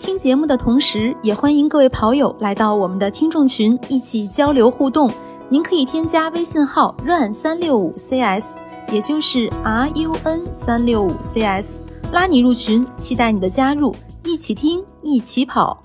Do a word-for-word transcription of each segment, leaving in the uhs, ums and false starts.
听节目的同时，也欢迎各位跑友来到我们的听众群一起交流互动。您可以添加微信号 run 三六五 C S， 也就是 R U N 三六五 C S， 拉你入群，期待你的加入，一起听，一起跑。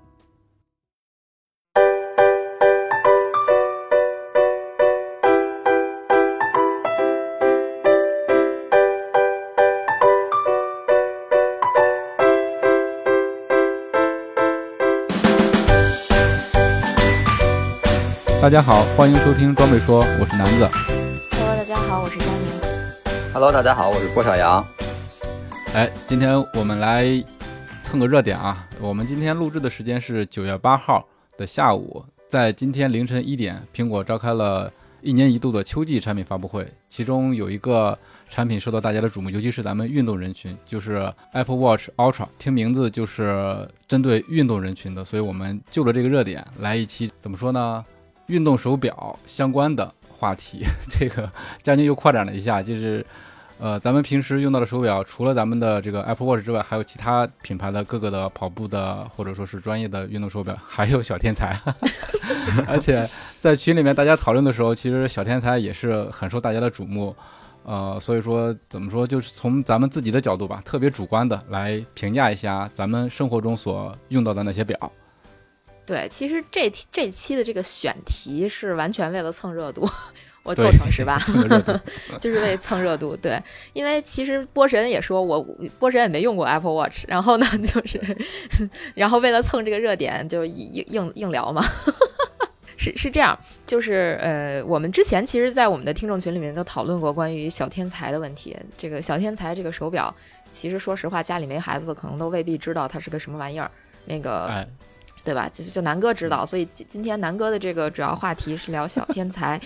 大家好，欢迎收听装备说，我是南子。 Hello， 大家好，我是佳宁。 Hello， 大家好，我是郭小杨。 哎，今天我们来蹭个热点啊！我们今天录制的时间是九月八号的下午，在今天凌晨一点，苹果召开了一年一度的秋季产品发布会，其中有一个产品受到大家的瞩目，尤其是咱们运动人群，就是 Apple Watch Ultra， 听名字就是针对运动人群的，所以我们就着这个热点来一期，怎么说呢？运动手表相关的话题，这个佳宁又扩展了一下，就是呃，咱们平时用到的手表，除了咱们的这个 Apple Watch 之外，还有其他品牌的各个的跑步的或者说是专业的运动手表，还有小天才。而且在群里面大家讨论的时候，其实小天才也是很受大家的瞩目。呃，所以说怎么说，就是从咱们自己的角度吧，特别主观的来评价一下咱们生活中所用到的那些表。 对，其实这这期的这个选题是完全为了蹭热度，我够诚实吧？就是为蹭热度。对，因为其实波神也说我波神也没用过 Apple Watch， 然后呢就是然后为了蹭这个热点就硬硬硬聊嘛。是是这样，就是呃，我们之前其实在我们的听众群里面都讨论过关于小天才的问题。这个小天才这个手表，其实说实话，家里没孩子可能都未必知道它是个什么玩意儿。那个。哎对吧？就就南哥知道，所以今天南哥的这个主要话题是聊小天才，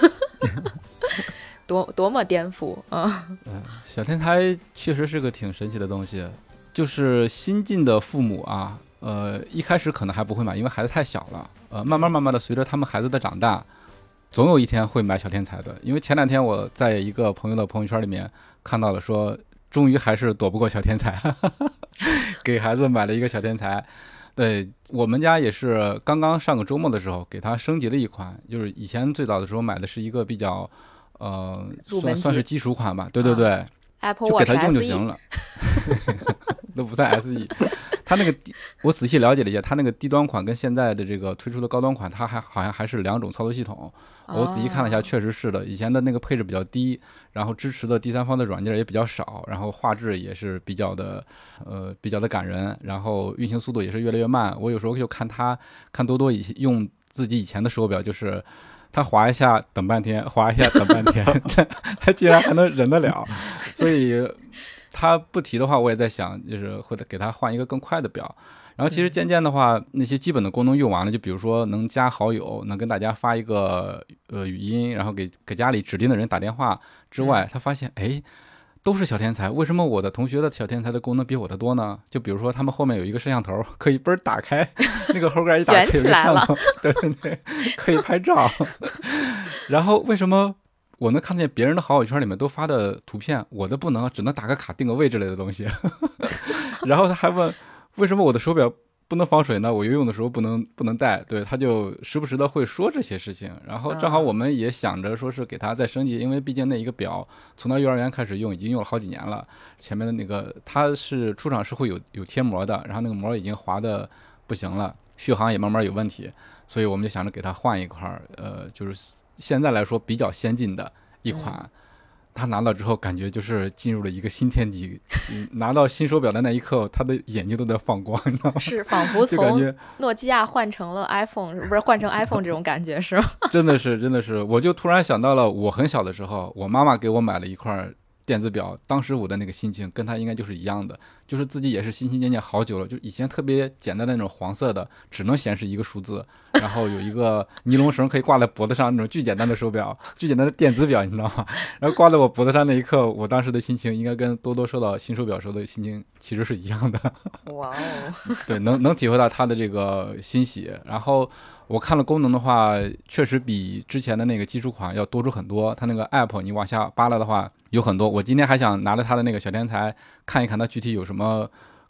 多多么颠覆啊！ 嗯，小天才确实是个挺神奇的东西，就是新进的父母啊，呃，一开始可能还不会买，因为孩子太小了，呃，慢慢慢慢的随着他们孩子的长大，总有一天会买小天才的。因为前两天我在一个朋友的朋友圈里面看到了说，终于还是躲不过小天才，给孩子买了一个小天才。对，我们家也是刚刚上个周末的时候给他升级了一款，就是以前最早的时候买的是一个比较呃算算是基础款吧，对对对、啊、 Apple Watch 就给他用就 S E 行了。都不算 S E， 它那个我仔细了解了一下，它那个低端款跟现在的这个推出的高端款，它还好像还是两种操作系统。我仔细看了一下，确实是的，以前的那个配置比较低，然后支持的第三方的软件也比较少，然后画质也是比较的呃比较的感人，然后运行速度也是越来越慢。我有时候就看他看多多以用自己以前的手表，就是他滑一下等半天，滑一下等半天，他竟然还能忍得了，所以他不提的话，我也在想，就是会给他换一个更快的表。然后其实渐渐的话，那些基本的功能用完了，就比如说能加好友，能跟大家发一个呃语音，然后给给家里指定的人打电话之外，他发现哎，都是小天才，为什么我的同学的小天才的功能比我的多呢？就比如说他们后面有一个摄像头，可以嘣儿打开，那个后盖一打开， 卷起来了， 对对对，可以拍照。然后为什么我能看见别人的好友圈里面都发的图片，我的不能，只能打个卡定个位之类的东西。然后他还问，为什么我的手表不能防水呢？我游泳的时候不能不能戴。对，他就时不时的会说这些事情。然后正好我们也想着说是给他再升级，因为毕竟那一个表从他幼儿园开始用，已经用了好几年了。前面的那个它是出厂是会有有贴膜的，然后那个膜已经滑的不行了，续航也慢慢有问题，所以我们就想着给他换一块，呃，就是现在来说比较先进的一款。嗯，他拿到之后感觉就是进入了一个新天地。拿到新手表的那一刻，他的眼睛都在放光，你知道吗？ 是仿佛从诺基亚换成了 iPhone， 不是换成 iPhone 这种感觉是吗？ 真的是真的是，我就突然想到了我很小的时候，我妈妈给我买了一块电子表，当时我的那个心情跟他应该就是一样的，就是自己也是心心念念好久了，就以前特别简单的那种黄色的，只能显示一个数字，然后有一个尼龙绳可以挂在脖子上那种巨简单的手表，巨简单的电子表，你知道吗？然后挂在我脖子上那一刻，我当时的心情应该跟多多收到新手表时候的心情其实是一样的。 哇哦， 对，能能体会到他的这个欣喜。然后我看了功能的话，确实比之前的那个基础款要多出很多。它那个 app 你往下扒拉的话有很多，我今天还想拿着它的那个小天才看一看它具体有什么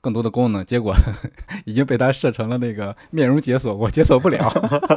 更多的功能，结果已经被它设成了那个面容解锁，我解锁不了。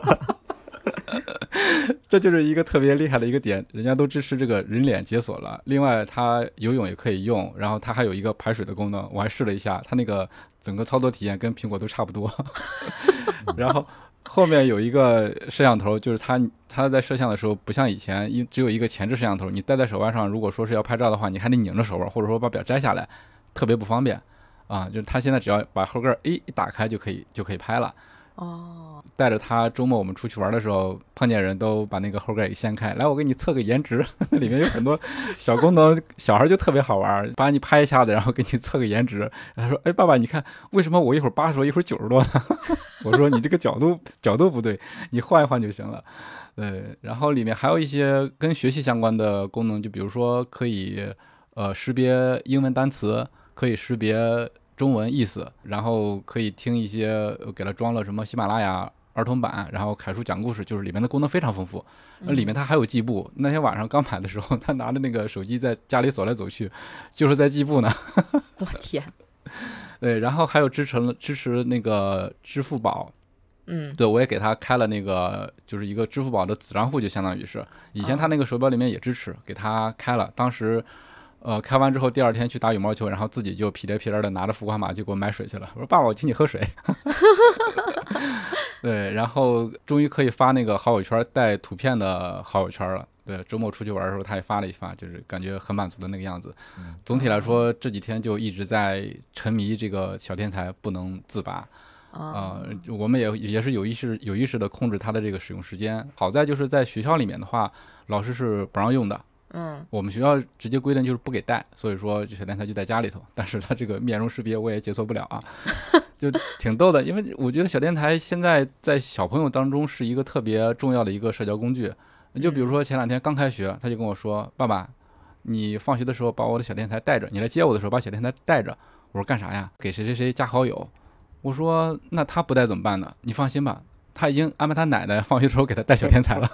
这就是一个特别厉害的一个点，人家都支持这个人脸解锁了。另外它游泳也可以用，然后它还有一个排水的功能，我还试了一下，它那个整个操作体验跟苹果都差不多。然后后面有一个摄像头，就是它它在摄像的时候不像以前只有一个前置摄像头，你戴在手腕上，如果说是要拍照的话，你还得拧着手腕，或者说把表摘下来，特别不方便啊。就是它现在只要把后盖哎一打开就可以就可以拍了。 哦， 带着它周末我们出去玩的时候，碰见人都把那个后盖给掀开，来我给你测个颜值，里面有很多小功能，小孩就特别好玩，把你拍一下子，然后给你测个颜值。他说：“哎，爸爸，你看为什么我一会儿八十多，一会儿九十多呢？”我说：“你这个角度角度不对，你换一换就行了。”对，然后里面还有一些跟学习相关的功能，就比如说可以呃识别英文单词，可以识别中文意思，然后可以听一些，给它装了什么喜马拉雅儿童版，然后凯叔讲故事，就是里面的功能非常丰富。那里面它还有计步，那天晚上刚买的时候，他拿着那个手机在家里走来走去，就是在计步呢。 我天！ 对，然后还有支持了支持那个支付宝。 嗯， 对，我也给他开了那个，就是一个支付宝的子账户，就相当于是以前他那个手表里面也支持，给他开了，当时。呃，开完之后第二天去打羽毛球，然后自己就屁颠屁颠的拿着付款码就给我买水去了。我说爸爸，我请你喝水。对，然后终于可以发那个好友圈带图片的好友圈了。对，周末出去玩的时候他也发了一发，就是感觉很满足的那个样子。总体来说这几天就一直在沉迷这个小天才不能自拔。呃，我们也也是有意识有意识的控制它的这个使用时间。好在就是在学校里面的话，老师是不让用的。 嗯， 我们学校直接规定就是不给带，所以说小天才就在家里头，但是它这个面容识别我也解锁不了啊，就挺逗的。因为我觉得小天才现在在小朋友当中是一个特别重要的一个社交工具。就比如说前两天刚开学，他就跟我说：“爸爸，你放学的时候把我的小天才带着，你来接我的时候把小天才带着。”我说：“干啥呀？给谁谁谁加好友。”我说：“那他不带怎么办呢？你放心吧，他已经安排他奶奶放学的时候给他带小天才了。”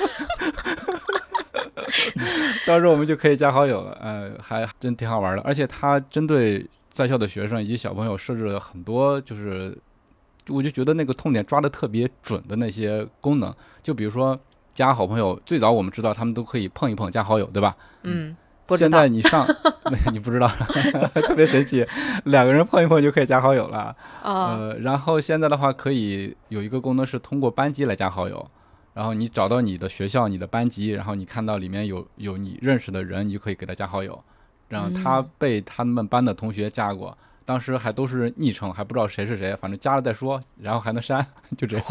到时候我们就可以加好友了，呃，还真挺好玩的。而且它针对在校的学生以及小朋友设置了很多，就是我就觉得那个痛点抓的特别准的那些功能。就比如说加好朋友，最早我们知道他们都可以碰一碰加好友，对吧？ 嗯， 现在你上你不知道，特别神奇，两个人碰一碰就可以加好友了。 哦、 呃，然后现在的话可以有一个功能是通过班级来加好友。然后你找到你的学校你的班级，然后你看到里面有有你认识的人，你就可以给他加好友。然后他被他们班的同学加过，当时还都是昵称，还不知道谁是谁，反正加了再说，然后还能删，就这样。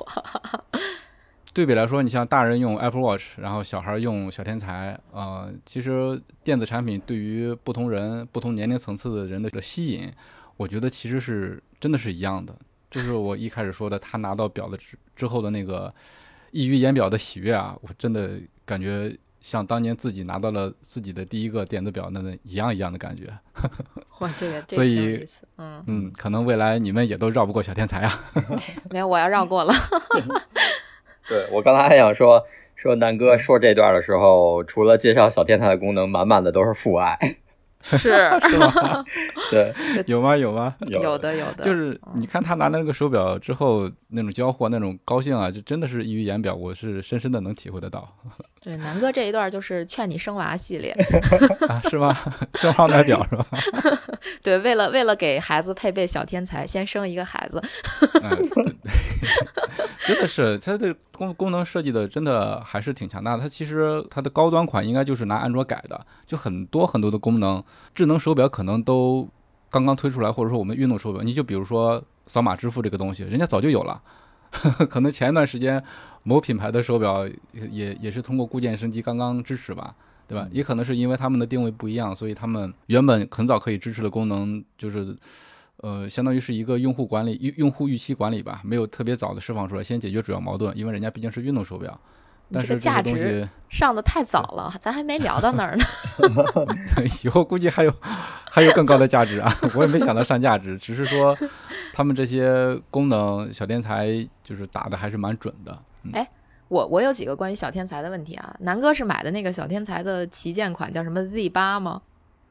对比来说，你像大人用 Apple Watch， 然后小孩用小天才，呃，其实电子产品对于不同人不同年龄层次的人的吸引，我觉得其实是真的是一样的。就是我一开始说的，他拿到表的之之后的那个溢于言表的喜悦啊，我真的感觉像当年自己拿到了自己的第一个电子表那一样一样的感觉。 哇，这个这所以个嗯嗯，可能未来你们也都绕不过小天才啊。 没有，我要绕过了。 对，我刚才还想说说南哥说这段的时候，除了介绍小天才的功能，满满的都是父爱。 是是吗？ 对， 有吗？有吗？ 有的有的， 就是你看他拿了那个手表之后，那种交货那种高兴啊，就真的是溢于言表，我是深深的能体会得到。 对，南哥这一段就是劝你生娃系列啊，是吗？生娃买表是吧？ 对，为了为了给孩子配备小天才，先生一个孩子。 嗯，真的是它的功功能设计的真的还是挺强大的。它其实它的高端款应该就是拿安卓改的，就很多很多的功能，智能手表可能都刚刚推出来，或者说我们运动手表，你就比如说扫码支付这个东西，人家早就有了。可能前一段时间某品牌的手表也也是通过固件升级刚刚支持吧，对吧？也可能是因为他们的定位不一样，所以他们原本很早可以支持的功能就是呃，相当于是一个用户管理用户预期管理吧，没有特别早的释放出来，先解决主要矛盾，因为人家毕竟是运动手表。但是这价值上的太早了，咱还没聊到那儿呢。 以后估计还有还有更高的价值啊！我也没想到上价值，只是说他们这些功能小天才就是打的还是蛮准的。 哎、嗯，我我有几个关于小天才的问题啊。南哥是买的那个小天才的旗舰款叫什么 Z 八吗？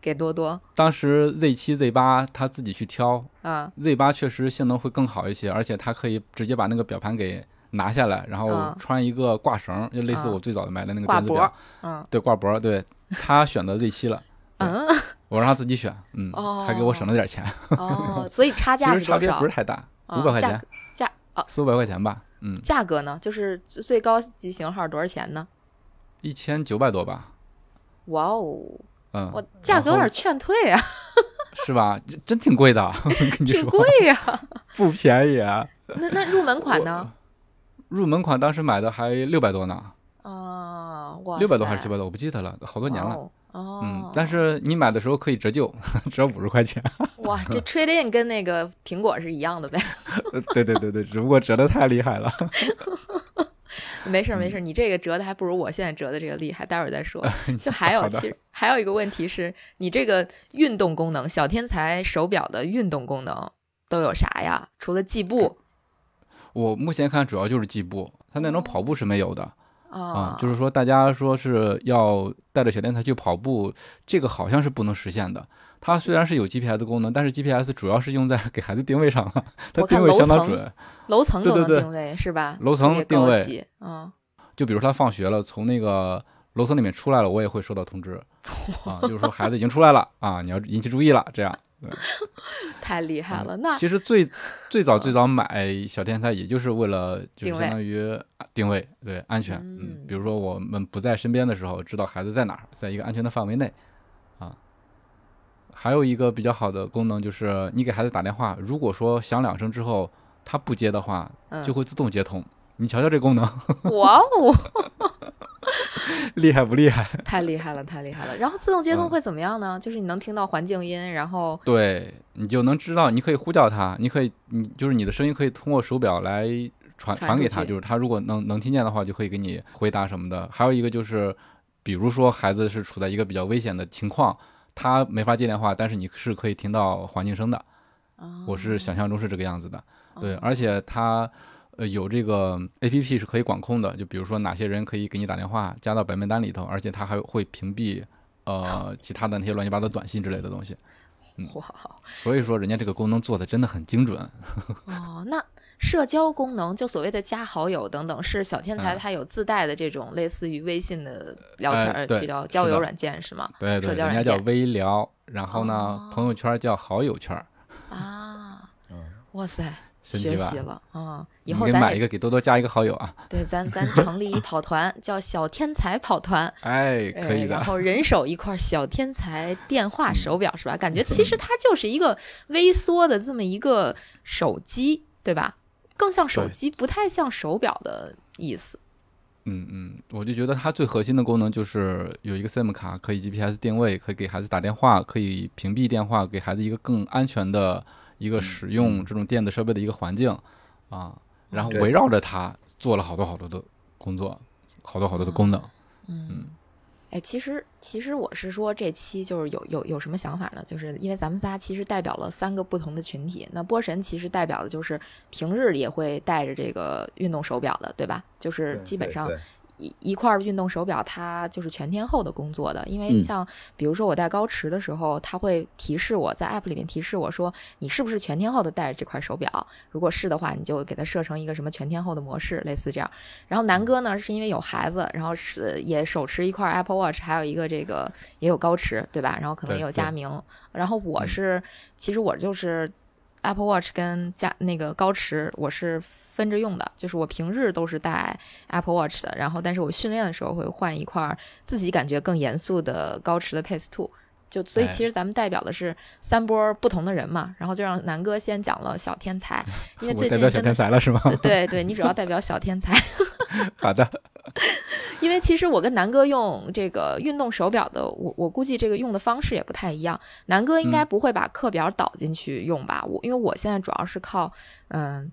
给多多？ 当时 Z 七 Z 八他自己去挑啊 ，Z 八确实性能会更好一些，而且它可以直接把那个表盘给拿下来，然后穿一个挂绳，就类似我最早的买的那个电子表， 嗯， 对，挂脖，对，他选择 Z 七了， 嗯， 我让他自己选，嗯， 哦、 还给我省了点钱， 哦，所以差价是多少？ 其实差别不是太大，五百块钱， 价哦， 四五百块钱吧，嗯， 价格呢，就是最高级型号多少钱呢？ 一千九百多吧。 哇哦， 嗯， 我价格有点劝退啊， 是吧？真挺贵的，我跟你说， 挺贵呀、啊， 不便宜啊。 那那入门款呢？ 入门款当时买的还六百多呢。 啊，哇， 六百多还是九百多，我不记得了，好多年了。 哦，哦嗯，但是你买的时候可以折旧，只要五十块钱。 哇，这 trade in 跟那个苹果是一样的呗？ 对对对对，只不过折的太厉害了。 没事没事，你这个折的还不如我现在折的这个厉害，待会儿再说。就还有，其实还有一个问题是，你这个运动功能，小天才手表的运动功能都有啥呀？除了计步， 我目前看主要就是计步，它那种跑步是没有的。 啊、 嗯，就是说大家说是要带着小天才去跑步，这个好像是不能实现的。它虽然是有 G P S 功能，但是 G P S 主要是用在给孩子定位上了，它定位相当准。 楼层都能对对对定位是吧？ 楼层定位， 嗯， 就比如他放学了，从那个楼层里面出来了，我也会收到通知啊，就是说孩子已经出来了啊，你要引起注意了，这样。对， 太厉害了。 嗯、 那其实最最早最早买小天才，也就是为了就是相当于定位，对安全。嗯, 嗯，比如说我们不在身边的时候，知道孩子在哪儿，在一个安全的范围内啊。还有一个比较好的功能就是你给孩子打电话，如果说响两声之后他不接的话，就会自动接通。嗯、你瞧瞧这功能， 哇哦！ 厉害不厉害？ 太厉害了，太厉害了！然后自动接通会怎么样呢？嗯、就是你能听到环境音，然后对你就能知道，你可以呼叫他，你可以，你就是你的声音可以通过手表来传传给他，就是他如果能能听见的话，就可以给你回答什么的。还有一个就是，比如说孩子是处在一个比较危险的情况，他没法接电话，但是你是可以听到环境声的。 哦、 我是想象中是这个样子的，对， 哦、 而且他。呃，有这个 A P P 是可以管控的，就比如说哪些人可以给你打电话，加到白名单里头，而且它还会屏蔽呃其他的那些乱七八糟短信之类的东西。嗯， 哇， 所以说人家这个功能做的真的很精准。 哦，那社交功能就所谓的加好友等等，是小天才它有自带的这种类似于微信的聊天， 哎、 这叫交友软件是吗？ 对对， 社交软件人家叫微聊，然后呢， 哦、 朋友圈叫好友圈。 啊，哇塞！ 学习了啊、嗯！以后咱买一个给多多加一个好友啊。 对，咱咱成立一跑团，叫小天才跑团。 哎，可以的。 然后人手一块小天才电话手表、嗯、是吧？感觉其实它就是一个微缩的这么一个手机，对吧？更像手机，不太像手表的意思。 嗯嗯，我就觉得它最核心的功能就是有一个 SIM 卡，可以 G P S 定位，可以给孩子打电话，可以屏蔽电话，给孩子一个更安全的。一个使用这种电子设备的一个环境啊，然后围绕着它做了好多好多的工作，好多好多的功能。 嗯，嗯哎，其实其实我是说这期就是有有有什么想法呢？就是因为咱们仨其实代表了三个不同的群体，那波神其实代表的就是平日也会带着这个运动手表的，对吧？就是基本上。一一块运动手表，它就是全天候的工作的，因为像比如说我戴高驰的时候，它会提示我在 app 里面提示我说你是不是全天候的戴着这块手表，如果是的话，你就给它设成一个什么全天候的模式，类似这样。然后南哥呢，是因为有孩子，然后是也手持一块 Apple Watch， 还有一个这个也有高驰，对吧？然后可能也有佳明。然后我是，其实我就是 Apple Watch 跟佳那个高驰，我是分着用的，就是我平日都是戴 Apple Watch 的，然后但是我训练的时候会换一块自己感觉更严肃的高驰的 Pace 二，就所以其实咱们代表的是三波不同的人嘛，然后就让南哥先讲了小天才，因为最近我代表小天才了是吗？ 对对对，你主要代表小天才。 好的。 因为其实我跟南哥用这个运动手表的，我我估计这个用的方式也不太一样。南哥应该不会把课表导进去用吧？我因为我现在主要是靠嗯。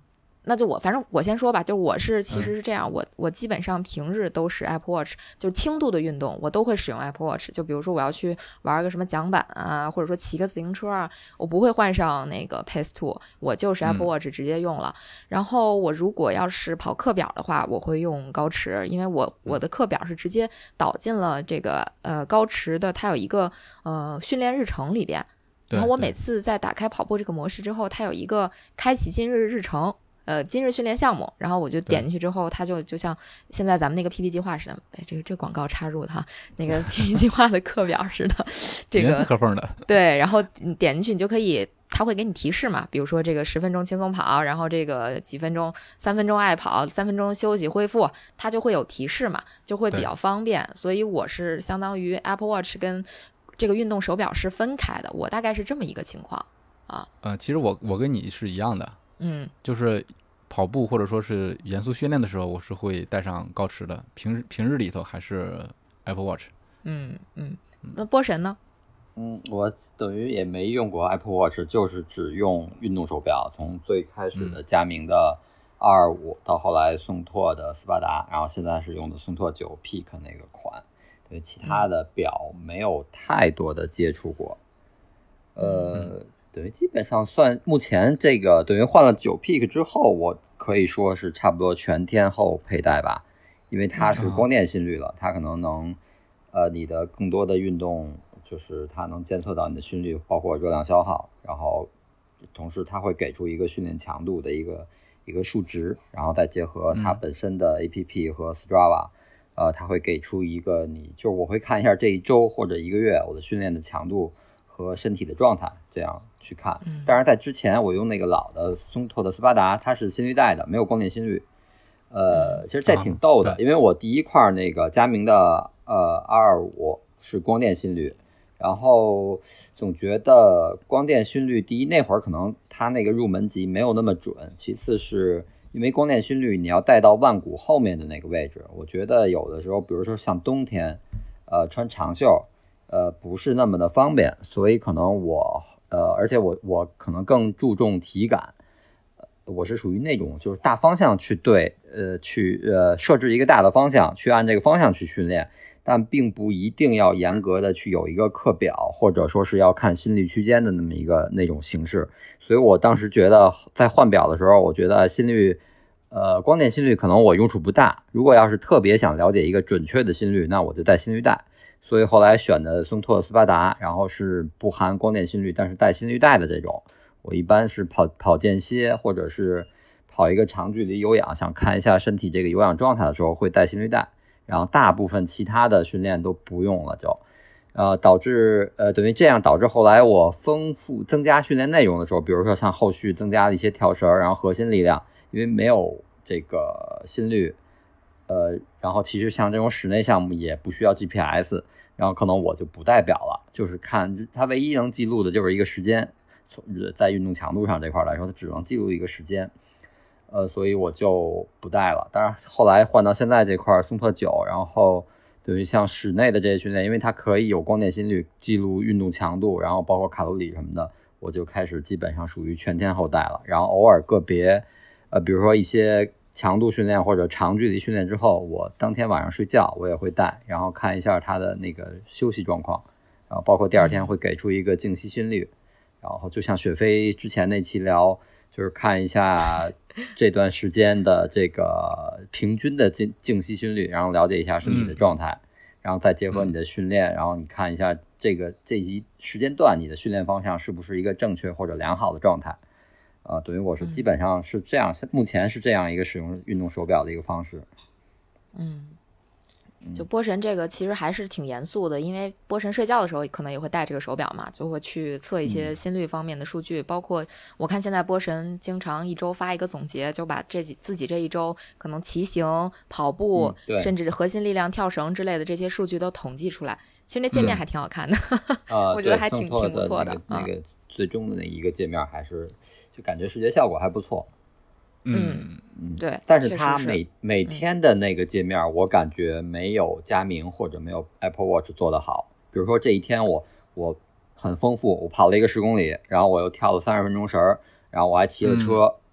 那就我反正我先说吧，就我是其实是这样，嗯、我我基本上平日都是 Apple Watch， 就轻度的运动我都会使用 Apple Watch。就比如说我要去玩个什么桨板啊，或者说骑个自行车啊，我不会换上那个 Pace Two， 我就是 Apple Watch 直接用了。嗯、然后我如果要是跑课表的话，我会用高驰，因为我我的课表是直接导进了这个呃高驰的，它有一个呃训练日程里边。然后我每次在打开跑步这个模式之后，它有一个开启今日日程。呃，今日训练项目，然后我就点进去之后，它就就像现在咱们那个 P P 计划似的，哎，这个这个广告插入的哈，那个 P P 计划的课表似的，这个严丝合缝的， 对，然后你点进去你就可以，它会给你提示嘛，比如说这个十分钟轻松跑，然后这个几分钟，三分钟爱跑，三分钟休息恢复，它就会有提示嘛，就会比较方便。所以我是相当于 Apple Watch 跟这个运动手表是分开的，我大概是这么一个情况啊。 呃，其实我我跟你是一样的。 嗯， 就是跑步或者说是严肃训练的时候，我是会带上高驰的。平日平日里头还是 Apple Watch。 嗯嗯，那波神呢？ 嗯，我等于也没用过 Apple Watch， 就是只用运动手表，从最开始的佳明的二二五到后来松拓的斯巴达，然后现在是用的松拓九 Peak 那个款。对，其他的表没有太多的接触过。呃。等于基本上算目前这个等于换了九 Peak 之后，我可以说是差不多全天候佩戴吧，因为它是光电心率了，它可能能呃你的更多的运动就是它能监测到你的心率，包括热量消耗，然后同时它会给出一个训练强度的一个一个数值，然后再结合它本身的 A P P 和 Strava，嗯、呃，它会给出一个你就我会看一下这一周或者一个月我的训练的强度和身体的状态，这样去看。当然在之前我用那个老的松拓的斯巴达，它是心率带的，没有光电心率。呃，其实这挺逗的，因为我第一块那个佳明的呃二二五是光电心率，然后总觉得光电心率第一那会儿可能它那个入门级没有那么准，其次是因为光电心率你要带到腕骨后面的那个位置，我觉得有的时候比如说像冬天呃穿长袖呃，不是那么的方便，所以可能我呃，而且我我可能更注重体感，呃，我是属于那种就是大方向去对，呃，去呃设置一个大的方向，去按这个方向去训练，但并不一定要严格的去有一个课表，或者说是要看心率区间的那么一个那种形式。所以我当时觉得在换表的时候，我觉得心率，呃，光电心率可能我用处不大。如果要是特别想了解一个准确的心率，那我就带心率带。所以后来选的松拓斯巴达，然后是不含光电心率，但是带心率带的这种。我一般是跑跑间歇，或者是跑一个长距离有氧，想看一下身体这个有氧状态的时候会带心率带。然后大部分其他的训练都不用了就，呃，导致呃等于这样导致后来我丰富增加训练内容的时候，比如说像后续增加了一些跳绳，然后核心力量，因为没有这个心率。呃，然后其实像这种室内项目也不需要 G P S， 然后可能我就不带表了，就是看它唯一能记录的就是一个时间，在运动强度上这块来说，它只能记录一个时间，呃，所以我就不带了。当然后来换到现在这块松拓九，然后等于像室内的这些训练，因为它可以有光电心率记录运动强度，然后包括卡路里什么的，我就开始基本上属于全天候带了。然后偶尔个别，呃，比如说一些强度训练或者长距离训练之后，我当天晚上睡觉我也会带，然后看一下它的那个休息状况，然后包括第二天会给出一个静息心率，然后就像雪飞之前那期聊，就是看一下这段时间的这个平均的静静息心率，然后了解一下身体的状态，然后再结合你的训练，然后你看一下这个这一时间段你的训练方向是不是一个正确或者良好的状态。啊，等于我是基本上是这样，嗯、目前是这样一个使用运动手表的一个方式。 嗯，就波神这个其实还是挺严肃的，因为波神睡觉的时候可能也会带这个手表嘛，就会去测一些心率方面的数据，嗯、包括我看现在波神经常一周发一个总结，就把这几自己这一周可能骑行、跑步， 嗯、 甚至核心力量、跳绳之类的这些数据都统计出来。其实那界面还挺好看的， 嗯、 我觉得还挺挺不错的。那个、那个最终的那一个界面还是。就感觉视觉效果还不错， 嗯嗯，对， 但是它每每天的那个界面，嗯、我感觉没有佳明或者没有 Apple Watch 做得好。比如说这一天我我很丰富，我跑了一个十公里，然后我又跳了三十分钟绳，然后我还骑了车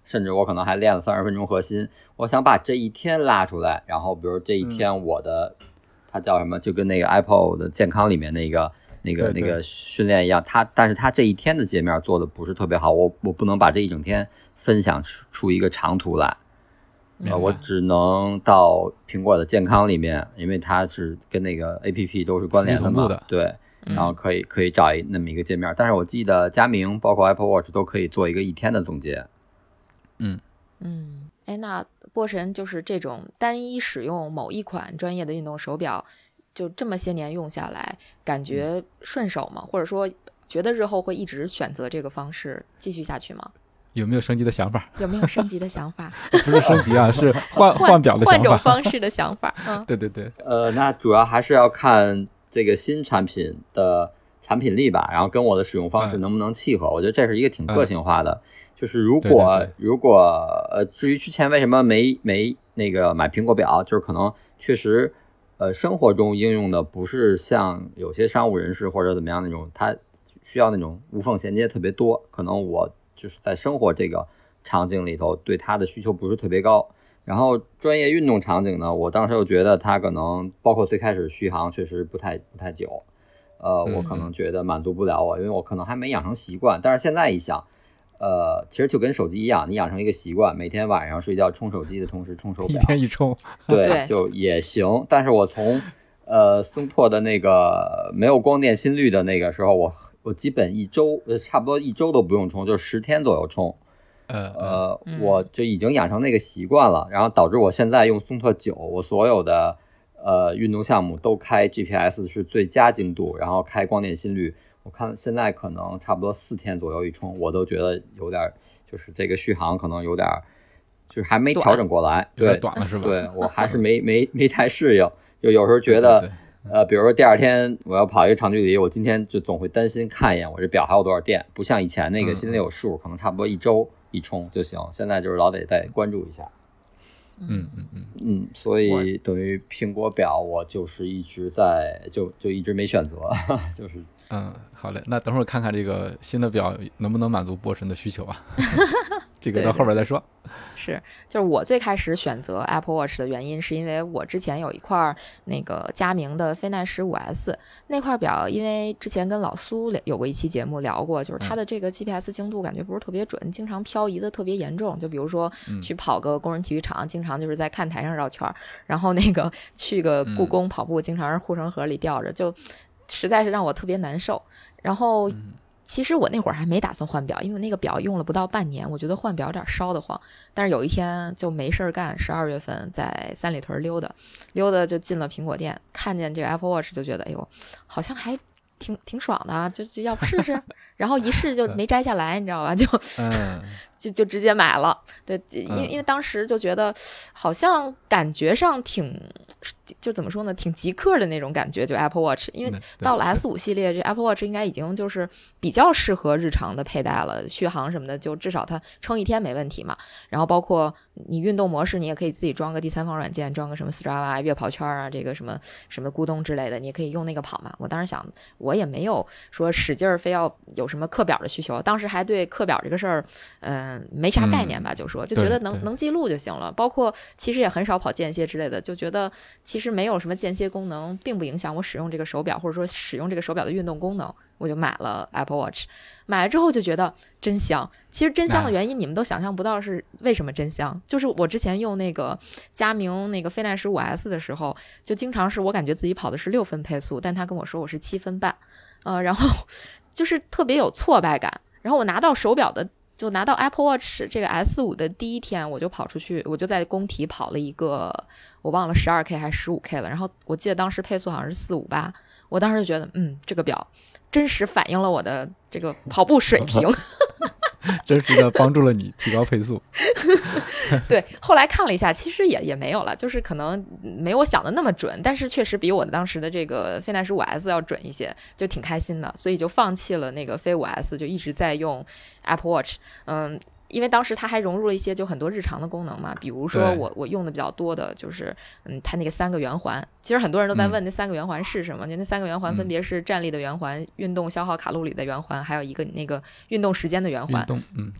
甚至我可能还练了三十分钟核心。我想把这一天拉出来，然后比如这一天我的、嗯、它叫什么，就跟那个 Apple 的健康里面那个那个那个训练一样，它但是它这一天的界面做的不是特别好，我我不能把这一整天分享出一个长图来。呃，我只能到苹果的健康里面，因为它是跟那个 A P P 都是关联的嘛， 的对，然后可以可以找一那么一个界面。但是我记得佳明包括 Apple Watch 都可以做一个一天的总结。 嗯嗯，哎，那波神就是这种单一使用某一款专业的运动手表，就这么些年用下来，感觉顺手吗？或者说觉得日后会一直选择这个方式继续下去吗？ 有没有升级的想法？ 有没有升级的想法？ 不是升级啊，是换换表的想法， 换种方式的想法。嗯， 对对对。 呃，那主要还是要看这个新产品的产品力吧，然后跟我的使用方式能不能契合。嗯、我觉得这是一个挺个性化的。嗯、就是如果对对对如果呃，至于之前为什么没没那个买苹果表，就是可能确实呃生活中应用的不是像有些商务人士或者怎么样那种，他需要那种无缝衔接特别多，可能我。就是在生活这个场景里头，对它的需求不是特别高。然后专业运动场景呢，我当时又觉得它可能包括最开始续航确实不太不太久，呃，我可能觉得满足不了我，因为我可能还没养成习惯。但是现在一想，呃，其实就跟手机一样，你养成一个习惯，每天晚上睡觉充手机的同时充手表， 一天一充， 对， 对就也行。但是我从呃松拓的那个没有光电心率的那个时候，我。我基本一周，呃，差不多一周都不用充，就是十天左右充。 呃呃，我就已经养成那个习惯了，然后导致我现在用松特九，我所有的呃运动项目都开 G P S 是最佳精度，然后开光电心率。我看现在可能差不多四天左右一充，我都觉得有点，就是这个续航可能有点，就是还没调整过来， 有点短了是吧？ 对，我还是没没没太适应，就有时候觉得。 对对对呃，比如说第二天我要跑一个长距离，我今天就总会担心看一眼我这表还有多少电，不像以前那个心里有数，嗯、可能差不多一周一充就行。现在就是老得再关注一下。 嗯嗯嗯嗯，所以等于苹果表我就是一直在就就一直没选择，就是嗯，好嘞，那等会儿看看这个新的表能不能满足波神的需求啊？这个到后边再说。 是，就是我最开始选择 Apple Watch 的原因，是因为我之前有一块那个佳明的飞耐十五 S 那块表，因为之前跟老苏有过一期节目聊过，就是它的这个 G P S 精度感觉不是特别准，经常漂移的特别严重。就比如说去跑个工人体育场，经常就是在看台上绕圈，然后那个去个故宫跑步，经常是护城河里吊着，就实在是让我特别难受。然后其实我那会儿还没打算换表，因为那个表用了不到半年，我觉得换表有点烧得慌。但是有一天就没事儿干，十二月份在三里屯溜达，溜达就进了苹果店，看见这个 Apple Watch 就觉得，哎呦，好像还挺挺爽的啊，就就要不试试。然后一试就没摘下来，你知道吧？就嗯。 就就直接买了，对，因为因为当时就觉得好像感觉上挺，就怎么说呢，挺极客的那种感觉，就 Apple Watch， 因为到了 S 五 系列，这 Apple Watch 应该已经就是比较适合日常的佩戴了，续航什么的，就至少它撑一天没问题嘛。然后包括你运动模式，你也可以自己装个第三方软件，装个什么 Strava 月跑圈啊，这个什么什么咕咚之类的，你也可以用那个跑嘛。我当时想，我也没有说使劲儿非要有什么课表的需求，当时还对课表这个事儿，嗯、呃，没啥概念吧，就说就觉得能能记录就行了。包括其实也很少跑间歇之类的，就觉得其实没有什么间歇功能，并不影响我使用这个手表，或者说使用这个手表的运动功能。我就买了 Apple Watch， 买了之后就觉得真香。其实真香的原因你们都想象不到是为什么真香，就是我之前用那个佳明那个飞耐十五 S 的时候，就经常是我感觉自己跑的是六分配速，但他跟我说我是七分半，呃，然后就是特别有挫败感。然后我拿到手表的。就拿到 Apple Watch 这个 S 五 的第一天，我就跑出去，我就在工体跑了一个，我忘了 十二K 还是 十五K 了。然后我记得当时配速好像是四五八，我当时就觉得，嗯，这个表真实反映了我的这个跑步水平。 真实的帮助了你提高配速。 对，后来看了一下，其实也也没有了，就是可能没我想的那么准，但是确实比我当时的这个飞耐十五 S 要准一些，就挺开心的，所以就放弃了那个飞五 S， 就一直在用 Apple Watch。嗯。因为当时它还融入了一些就很多日常的功能嘛，比如说我我用的比较多的就是嗯，它那个三个圆环，其实很多人都在问那三个圆环是什么，嗯、那三个圆环分别是站立的圆环、嗯、运动消耗卡路里的圆环，还有一个那个运动时间的圆环。 嗯、 对，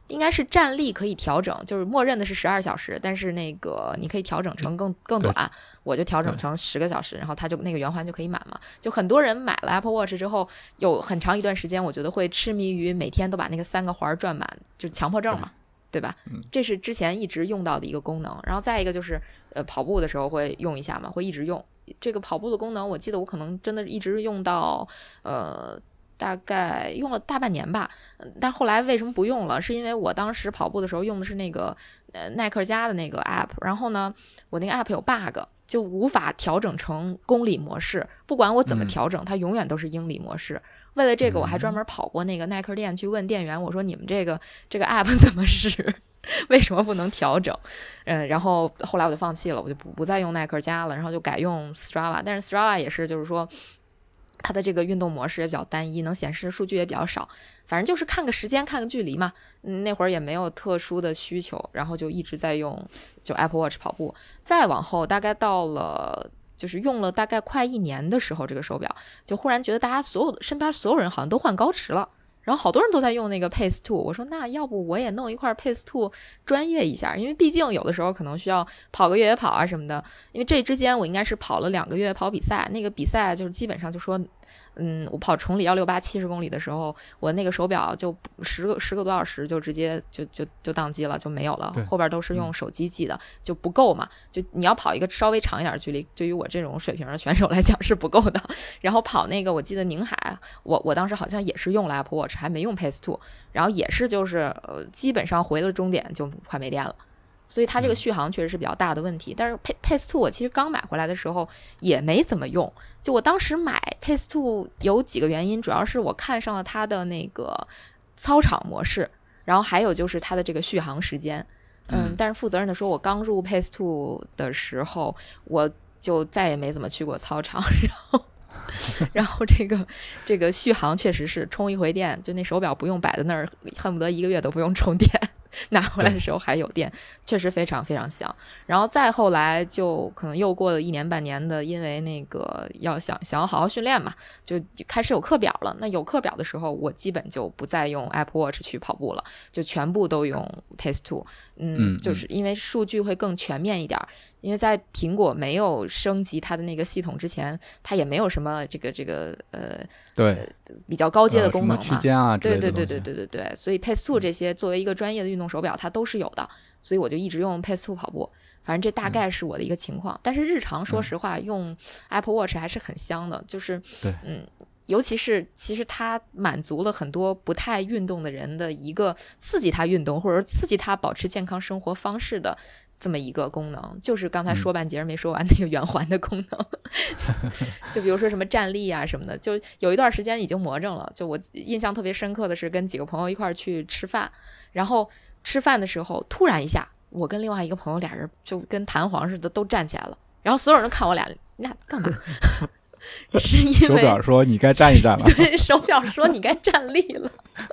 应该是站立可以调整，就是默认的是十二小时，但是那个你可以调整成更更短，我就调整成十个小时，然后它就那个圆环就可以满嘛。就很多人买了 Apple Watch 之后，有很长一段时间，我觉得会痴迷于每天都把那个三个环转满，就是强迫症嘛，对吧？这是之前一直用到的一个功能。然后再一个就是呃跑步的时候会用一下嘛，会一直用这个跑步的功能。我记得我可能真的一直用到呃。大概用了大半年吧，但后来为什么不用了？是因为我当时跑步的时候用的是那个呃耐克家的那个 app， 然后呢，我那个 app 有 bug， 就无法调整成公里模式，不管我怎么调整，它永远都是英里模式。为了这个，我还专门跑过那个耐克店去问店员，我说你们这个这个 app 怎么使？为什么不能调整？嗯，然后后来我就放弃了，我就不不再用耐克家了，然后就改用 Strava， 但是 Strava 也是就是说。它的这个运动模式也比较单一，能显示数据也比较少，反正就是看个时间看个距离嘛。嗯，那会儿也没有特殊的需求，然后就一直在用就 Apple Watch 跑步。再往后大概到了就是用了大概快一年的时候，这个手表就忽然觉得大家所有的身边所有人好像都换高驰了，然后好多人都在用那个 Pace 二， 我说那要不我也弄一块 Pace 二专业一下，因为毕竟有的时候可能需要跑个越野跑啊什么的，因为这之间我应该是跑了两个越野跑比赛，那个比赛就是基本上就说嗯，我跑崇礼幺六八七十公里的时候，我那个手表就十个十个多小时就直接就就就宕机了，就没有了。后边都是用手机记的，嗯、就不够嘛。就你要跑一个稍微长一点的距离，对于我这种水平的选手来讲是不够的。然后跑那个，我记得宁海，我我当时好像也是用了 Apple Watch， 还没用 Pace 二， 然后也是就是呃，基本上回了终点就快没电了。所以它这个续航确实是比较大的问题，但是 Pace 二我其实刚买回来的时候也没怎么用，就我当时买 Pace 二有几个原因，主要是我看上了它的那个操场模式，然后还有就是它的这个续航时间，嗯，但是负责任的说，我刚入 Pace 二的时候，我就再也没怎么去过操场，然后。然后这个这个续航确实是充一回电，就那手表不用摆在那儿，恨不得一个月都不用充电。拿回来的时候还有电，确实非常非常香。然后再后来就可能又过了一年半年的，因为那个要想想要好好训练嘛，就开始有课表了。那有课表的时候，我基本就不再用 Apple Watch 去跑步了，就全部都用 Pace 二。嗯，就是因为数据会更全面一点。因为在苹果没有升级它的那个系统之前，它也没有什么这个这个呃对、 呃、比较高阶的功能嘛， 呃、区间啊之类的对对对对对对对，所以 Pace 二这些作为一个专业的运动手表，它都是有的，所以我就一直用 Pace 二跑步。反正这大概是我的一个情况，嗯、但是日常说实话、嗯、用 Apple Watch 还是很香的，就是对嗯。尤其是其实它满足了很多不太运动的人的一个刺激他运动或者刺激他保持健康生活方式的这么一个功能，就是刚才说半截没说完那个圆环的功能、嗯、就比如说什么站立啊什么的，就有一段时间已经魔怔了。就我印象特别深刻的是跟几个朋友一块去吃饭，然后吃饭的时候突然一下我跟另外一个朋友俩人就跟弹簧似的都站起来了，然后所有人都看我俩你俩干嘛是因为手表说你该站一站了， 对，手表说你该站立了。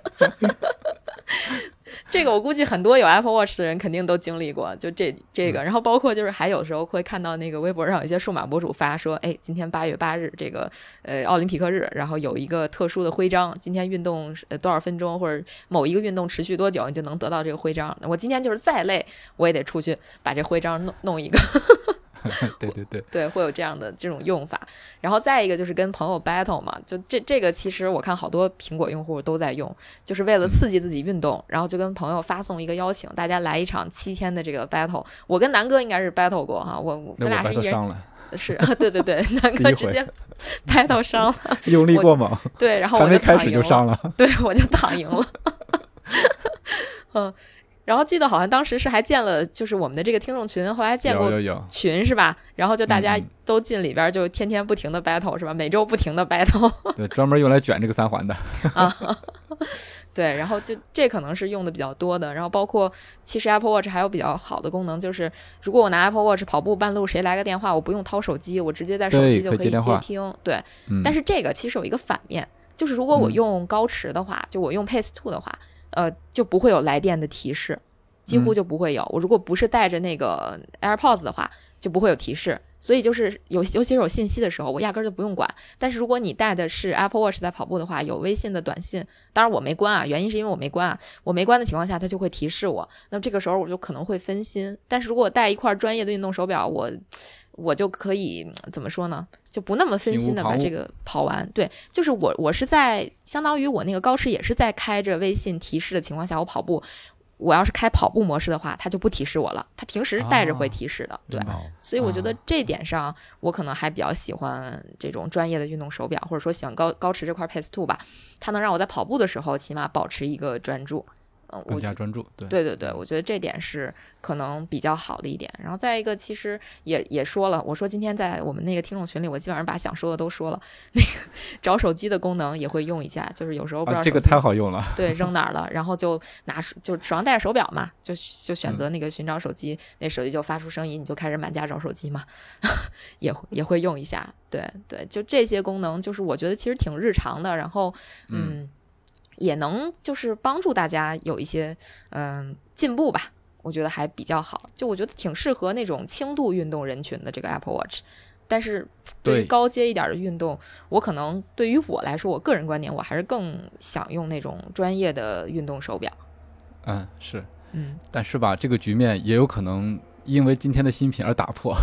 这个我估计很多有 Apple Watch 的人肯定都经历过，就这这个，然后包括就是还有时候会看到那个微博上有一些数码博主发说，哎，今天八月八日这个呃奥林匹克日，然后有一个特殊的徽章，今天运动呃多少分钟或者某一个运动持续多久，你就能得到这个徽章。我今天就是再累，我也得出去把这徽章弄弄一个。 对对对对，会有这样的这种用法。然后再一个就是跟朋友 battle 嘛，就这这个其实我看好多苹果用户都在用，就是为了刺激自己运动，然后就跟朋友发送一个邀请，大家来一场七天的这个 battle。我跟南哥应该是 battle 过哈，我我咱俩是一人。是，对对对，南哥直接battle伤了， 用力过猛。 对，然后我就还没开始就伤了， 对，我就躺赢了。嗯。然后记得好像当时是还建了就是我们的这个听众群，后来建过群是吧？然后就大家都进里边就天天不停的 battle 是吧？每周不停的 battle。对， 专门用来卷这个三环的。 啊，对，然后就这可能是用的比较多的。然后包括其实 Apple Watch 还有比较好的功能，就是如果我拿 Apple Watch 跑步半路谁来个电话，我不用掏手机，我直接在手机就可以接听。对，对嗯、但是这个其实有一个反面，就是如果我用高驰的话，嗯、就我用 Pace 二的话。呃，就不会有来电的提示，几乎就不会有。嗯、我如果不是带着那个 AirPods 的话，就不会有提示。 所以就是有尤其是有信息的时候，我压根儿就不用管。但是如果你带的是 Apple Watch 在跑步的话，有微信的短信，当然我没关啊，原因是因为我没关啊，我没关的情况下，它就会提示我。那么这个时候我就可能会分心。但是如果我带一块专业的运动手表，我我就可以怎么说呢？就不那么分心的把这个跑完。对，就是我我是在相当于我那个高驰也是在开着微信提示的情况下，我跑步。我要是开跑步模式的话，它就不提示我了。它平时带着会提示的，啊、对。所以我觉得这点上，我可能还比较喜欢这种专业的运动手表，或者说喜欢高高驰这块 Pace 二吧，它能让我在跑步的时候起码保持一个专注。嗯， 更加专注，对对对对，我觉得这点是可能比较好的一点。然后再一个，其实也也说了，我说今天在我们那个听众群里，我基本上把想说的都说了。那个找手机的功能也会用一下，就是有时候不知道、 啊、这个太好用了， 对，扔哪儿了，然后就拿就手上带着手表嘛，就就选择那个寻找手机，嗯、那手机就发出声音，你就开始满家找手机嘛，也也会用一下。对对，就这些功能，就是我觉得其实挺日常的，然后嗯。嗯也能就是帮助大家有一些嗯进步吧，我觉得还比较好。就我觉得挺适合那种轻度运动人群的这个 Apple Watch， 但是对于高阶一点的运动，我可能对于我来说，我个人观点，我还是更想用那种专业的运动手表。 嗯，是， 嗯， 但是吧，这个局面也有可能因为今天的新品而打破。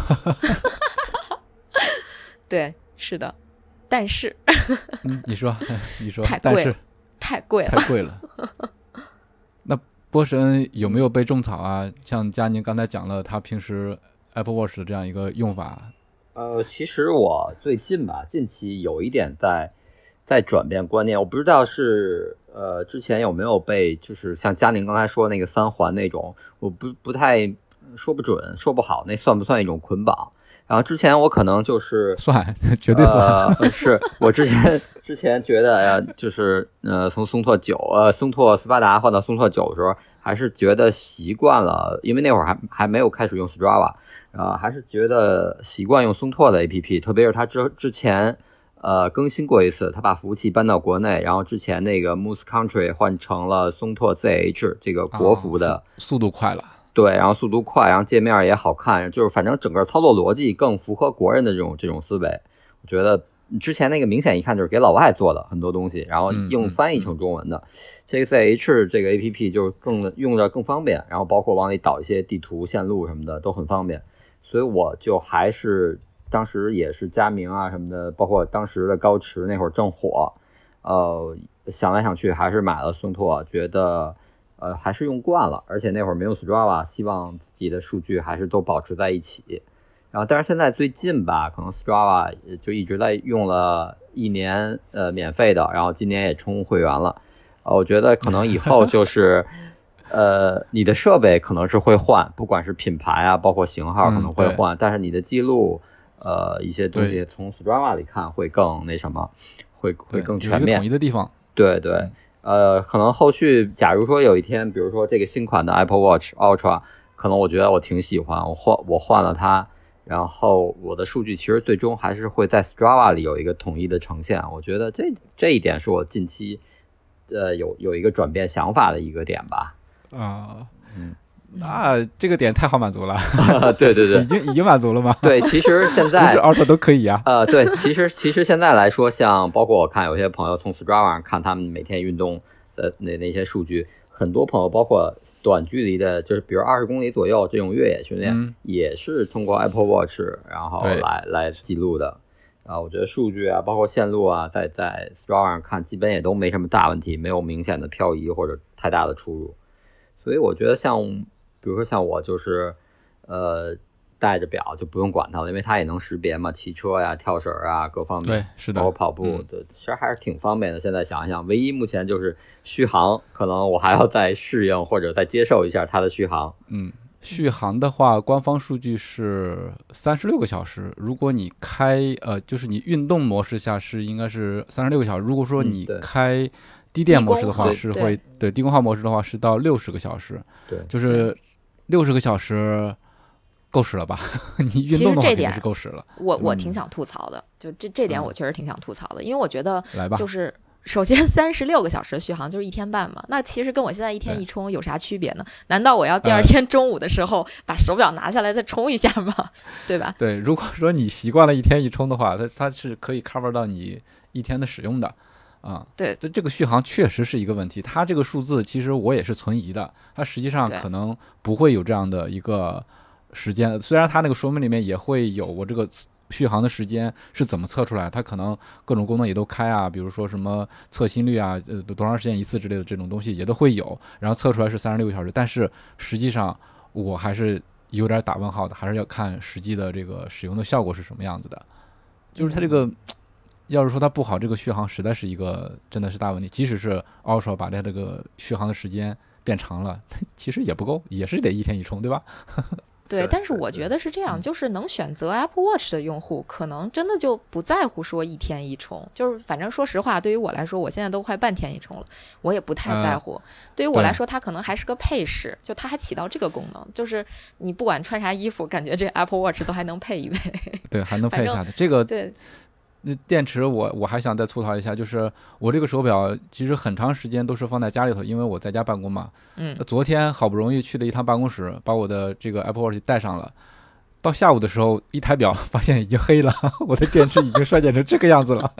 对，是的，但是， 嗯，你说，你说， 太贵了。 但是太贵了， 太贵了。那波士恩有没有被种草啊？像佳宁刚才讲了，他平时 Apple Watch 的这样一个用法。 呃，其实我最近吧，近期有一点在在转变观念，我不知道是呃之前有没有被就是像佳宁刚才说那个三环那种，我不不太说不准，说不好，那算不算一种捆绑？然后之前我可能就是算，绝对算。 呃、是我之前之前觉得呀、呃，就是呃，从松拓九呃松拓斯巴达换到松拓九的时候，还是觉得习惯了，因为那会儿还还没有开始用 Strava， 呃，还是觉得习惯用松拓的 A P P， 特别是它之之前呃更新过一次，它把服务器搬到国内，然后之前那个 Moose Country 换成了松拓 Z H 这个国服的， 哦、速度快了。 对，然后速度快，然后界面也好看，就是反正整个操作逻辑更符合国人的这种这种思维。我觉得之前那个明显一看就是给老外做的很多东西，然后用翻译成中文的。嗯嗯、这个 Z H 这个 A P P 就是更用着更方便，然后包括往里导一些地图、线路什么的都很方便。所以我就还是当时也是佳明啊什么的，包括当时的高驰那会儿正火，呃，想来想去还是买了松拓，觉得。呃，还是用惯了，而且那会儿没有 Strava， 希望自己的数据还是都保持在一起。然后，但是现在最近吧，可能 Strava 就一直在用了一年，呃，免费的，然后今年也充会员了。呃，我觉得可能以后就是，呃，你的设备可能是会换，不管是品牌啊，包括型号可能会换，嗯、但是你的记录，呃，一些东西从 Strava 里看会更那什么，会会更全面。 有一个统一的地方。 对对。嗯呃，可能后续，假如说有一天，比如说这个新款的 Apple Watch Ultra， 可能我觉得我挺喜欢，我换我换了它，然后我的数据其实最终还是会在 Strava 里有一个统一的呈现。我觉得这这一点是我近期，呃，有有一个转变想法的一个点吧。 啊，嗯，那这个点太好满足了。 对对对， 已经已经满足了吗？ 对，其实现在不是 Ultra 都可以啊。 呃，对，其实其实现在来说，像包括我看有些朋友从 Strava 上看他们每天运动的那那些数据，很多朋友包括短距离的，就是比如二十公里左右这种越野训练，嗯、也是通过 Apple Watch 然后来来记录的。啊，我觉得数据啊，包括线路啊，在在 Strava 上看，基本也都没什么大问题，没有明显的漂移或者太大的出入。所以我觉得像，比如说像我就是，呃，带着表就不用管它了，因为它也能识别嘛，骑车呀、跳绳啊各方面， 对，是的， 包括跑步的，嗯、其实还是挺方便的。现在想一想，唯一目前就是续航，可能我还要再适应或者再接受一下它的续航。 嗯。续航的话，官方数据是三十六个小时。如果你开呃，就是你运动模式下是应该是三十六个小时。如果说你开低电模式的话，是会对低功耗模式的话是到六十个小时。 对， 就是六十个小时够使了吧？你运动的话肯定是够使了。 我我挺想吐槽的，就这这点我确实挺想吐槽的，因为我觉得就是首先三十六个小时的续航就是一天半嘛，那其实跟我现在一天一充有啥区别呢？难道我要第二天中午的时候把手表拿下来再充一下吗？呃、对吧？ 对，如果说你习惯了一天一充的话，它它是可以 cover 到你一天的使用的啊。 对， 这这个续航确实是一个问题。它这个数字其实我也是存疑的，它实际上可能不会有这样的一个时间。虽然它那个说明里面也会有我这个续航的时间是怎么测出来，它可能各种功能也都开啊，比如说什么测心率啊，呃多长时间一次之类的这种东西也都会有，然后测出来是三十六个小时，但是实际上我还是有点打问号的，还是要看实际的这个使用的效果是什么样子的。就是它这个、嗯、要是说它不好，这个续航实在是一个真的是大问题。即使是 Ultra 把它这个续航的时间变长了，其实也不够，也是得一天一充，对吧？ 对，但是我觉得是这样，就是能选择 Apple Watch 的用户，可能真的就不在乎说一天一充，就是反正说实话，对于我来说，我现在都快半天一充了，我也不太在乎。呃、对于我来说，它可能还是个配饰，就它还起到这个功能，就是你不管穿啥衣服，感觉这 Apple Watch 都还能配一配。 对，还能配一下的这个。 对。 那电池我我还想再吐槽一下，就是我这个手表其实很长时间都是放在家里头，因为我在家办公嘛。 嗯。 昨天好不容易去了一趟办公室，把我的这个 Apple Watch 带上了。到下午的时候，一抬表发现已经黑了，我的电池已经衰减成这个样子了。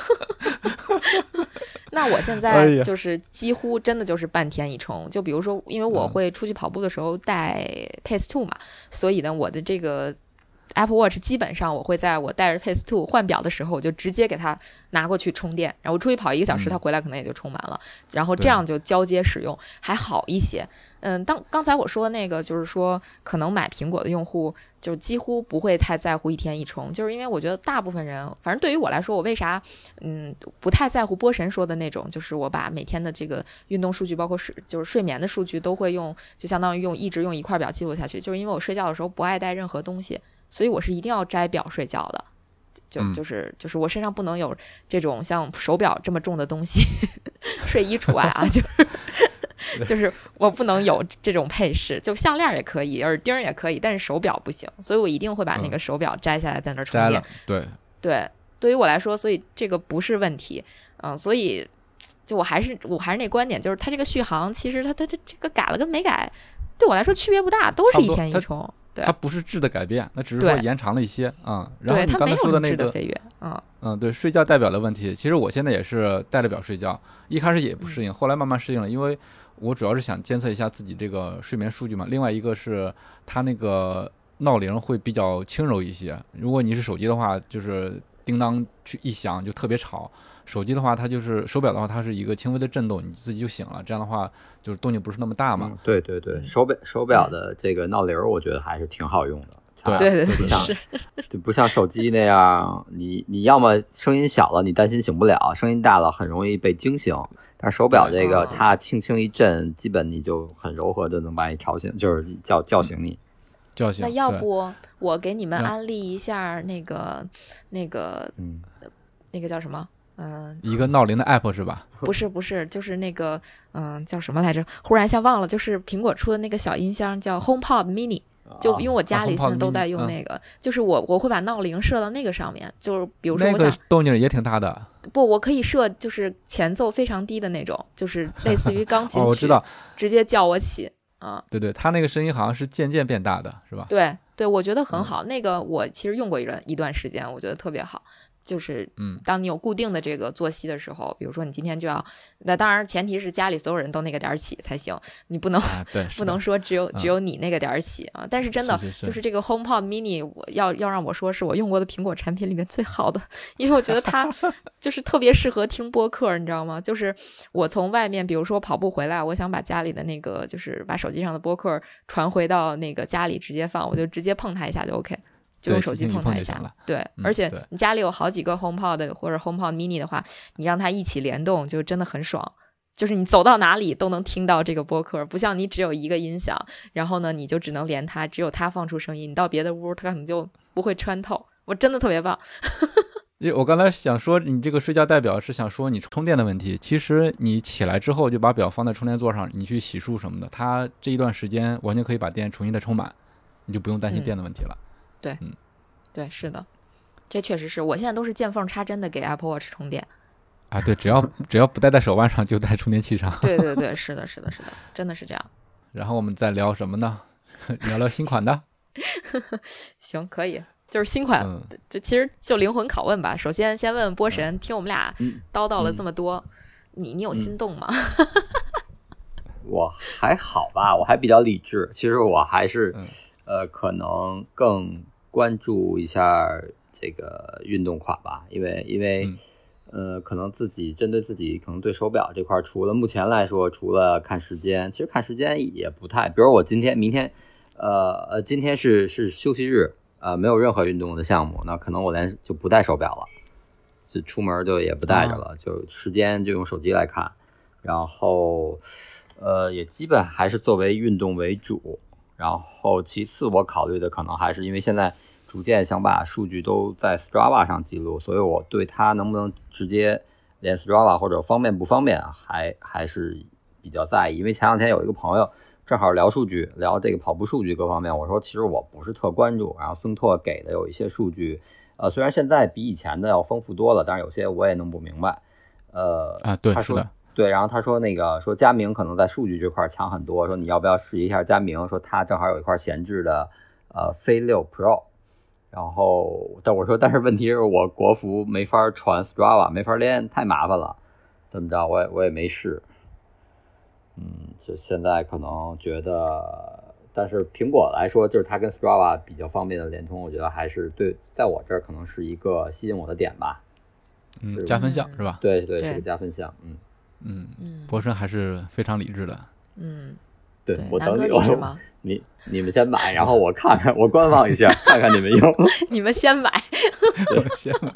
那我现在就是几乎真的就是半天一充，就比如说，因为我会出去跑步的时候带 Pace 二 嘛，所以呢，我的这个Apple Watch 基本上我会在我带着 Pace 二 换表的时候，我就直接给它拿过去充电，然后我出去跑一个小时，它回来可能也就充满了，然后这样就交接使用还好一些。嗯，当刚才我说的那个就是说，可能买苹果的用户就几乎不会太在乎一天一充，就是因为我觉得大部分人，反正对于我来说，我为啥嗯不太在乎波神说的那种，就是我把每天的这个运动数据，包括睡就是睡眠的数据，都会用，就相当于用一直用一块表记录下去，就是因为我睡觉的时候不爱带任何东西，所以我是一定要摘表睡觉的。就就是就是我身上不能有这种像手表这么重的东西，睡衣除外啊，就是就是我不能有这种配饰，就项链也可以，耳钉也可以，但是手表不行，所以我一定会把那个手表摘下来在那儿充电。 对对，对于我来说，所以这个不是问题，嗯，所以就我还是我还是那观点，就是它这个续航其实它它它这个改了跟没改，对我来说区别不大，都是一天一充。 它不是质的改变，那只是说延长了一些啊、嗯。然后你刚才说的那个， 嗯嗯，对，睡觉代表的问题，其实我现在也是带着表睡觉，一开始也不适应，后来慢慢适应了，因为我主要是想监测一下自己这个睡眠数据嘛。另外一个是它那个闹铃会比较轻柔一些，如果你是手机的话，就是叮当去一响就特别吵。手机的话，它就是手表的话，它是一个轻微的震动，你自己就醒了。这样的话，就是动静不是那么大嘛。 嗯、对对对，手表手表的这个闹铃，我觉得还是挺好用的。 对对对对， 不像就不像手机那样，你你要么声音小了，你担心醒不了；声音大了，很容易被惊醒。但是手表这个，它轻轻一震，基本你就很柔和的能把你吵醒，就是叫叫醒你。 叫醒。 那要不我给你们安利一下那个、嗯、那个、嗯、那个叫什么？嗯， 一个闹铃的 app 是吧？ 不是不是，就是那个嗯叫什么来着？忽然一下忘了，就是苹果出的那个小音箱叫 HomePod Mini， 就因为我家里现在都在用那个，啊、就是我我会把闹铃设到那个上面，就是比如说我想、 那个动静也挺大的。 不，我可以设就是前奏非常低的那种，就是类似于钢琴曲， 哦、我知道， 直接叫我起。啊、嗯， 对对，它那个声音好像是渐渐变大的，是吧？ 对对，我觉得很好。嗯、那个我其实用过一段一段时间，我觉得特别好。就是嗯，当你有固定的这个作息的时候，比如说你今天就要，那当然前提是家里所有人都那个点起才行，你不能、 啊、对不能说只有、嗯、只有你那个点起啊。但是真的是是是就是这个 HomePod Mini， 我要要让我说是我用过的苹果产品里面最好的，因为我觉得它就是特别适合听播客，你知道吗？就是我从外面，比如说跑步回来，我想把家里的那个就是把手机上的播客传回到那个家里直接放，我就直接碰它一下就 OK。就用手机碰它一下，对， 嗯、 而且你家里有好几个 HomePod 或者 HomePod Mini 的话，你让它一起联动，就真的很爽。就是你走到哪里都能听到这个播客，不像你只有一个音响，然后呢，你就只能连它，只有它放出声音，你到别的屋，它可能就不会穿透。我真的特别棒。 我刚才想说，你这个睡觉代表是想说你充电的问题。其实你起来之后就把表放在充电座上，你去洗漱什么的，它这一段时间完全可以把电重新再充满，你就不用担心电的问题了。 嗯对， 嗯， 对，是的，这确实是我现在都是见缝插针的给 Apple Watch 充电。 啊，对，只要只要不戴在手腕上，就在充电器上。 对对对，是的，是的，是的，真的是这样。 然后我们再聊什么呢？聊聊新款的。 行，可以，就是新款， 嗯、 这其实就灵魂拷问吧。首先，先问问波神，嗯、听我们俩叨叨了这么多，嗯、你你有心动吗？ 嗯、我还好吧，我还比较理智。其实我还是、嗯、呃，可能更关注一下这个运动款吧，因为因为。嗯呃，可能自己针对自己，可能对手表这块，除了目前来说，除了看时间，其实看时间也不太。比如我今天、明天，呃呃，今天是是休息日，呃，没有任何运动的项目，那可能我连就不带手表了，就出门就也不带着了，啊、就时间就用手机来看，然后呃，也基本还是作为运动为主，然后其次我考虑的可能还是因为现在。逐渐想把数据都在 Strava 上记录，所以我对它能不能直接连 Strava 或者方便不方便还还是比较在意。因为前两天有一个朋友正好聊数据，聊这个跑步数据各方面，我说其实我不是特关注，然后孙拓给的有一些数据，呃，虽然现在比以前的要丰富多了，但是有些我也弄不明白。呃， 啊，对， 他说是的， 对，然后他说那个说佳明可能在数据这块强很多，说你要不要试一下佳明？说他正好有一块闲置的呃飞六 Pro。然后，但我说，但是问题是我国服没法传 Strava， 没法连，太麻烦了。怎么着，我也我也没试。嗯，就现在可能觉得，但是苹果来说，就是它跟 Strava 比较方便的联通，我觉得还是对，在我这儿可能是一个吸引我的点吧。 嗯，加分项是吧？ 对对，是个加分项。嗯嗯嗯，博士还是非常理智的。 嗯， 对，我等你我。 你你们先买，然后我看看，我观望一下，看看你们用。 你们先买， 我先买。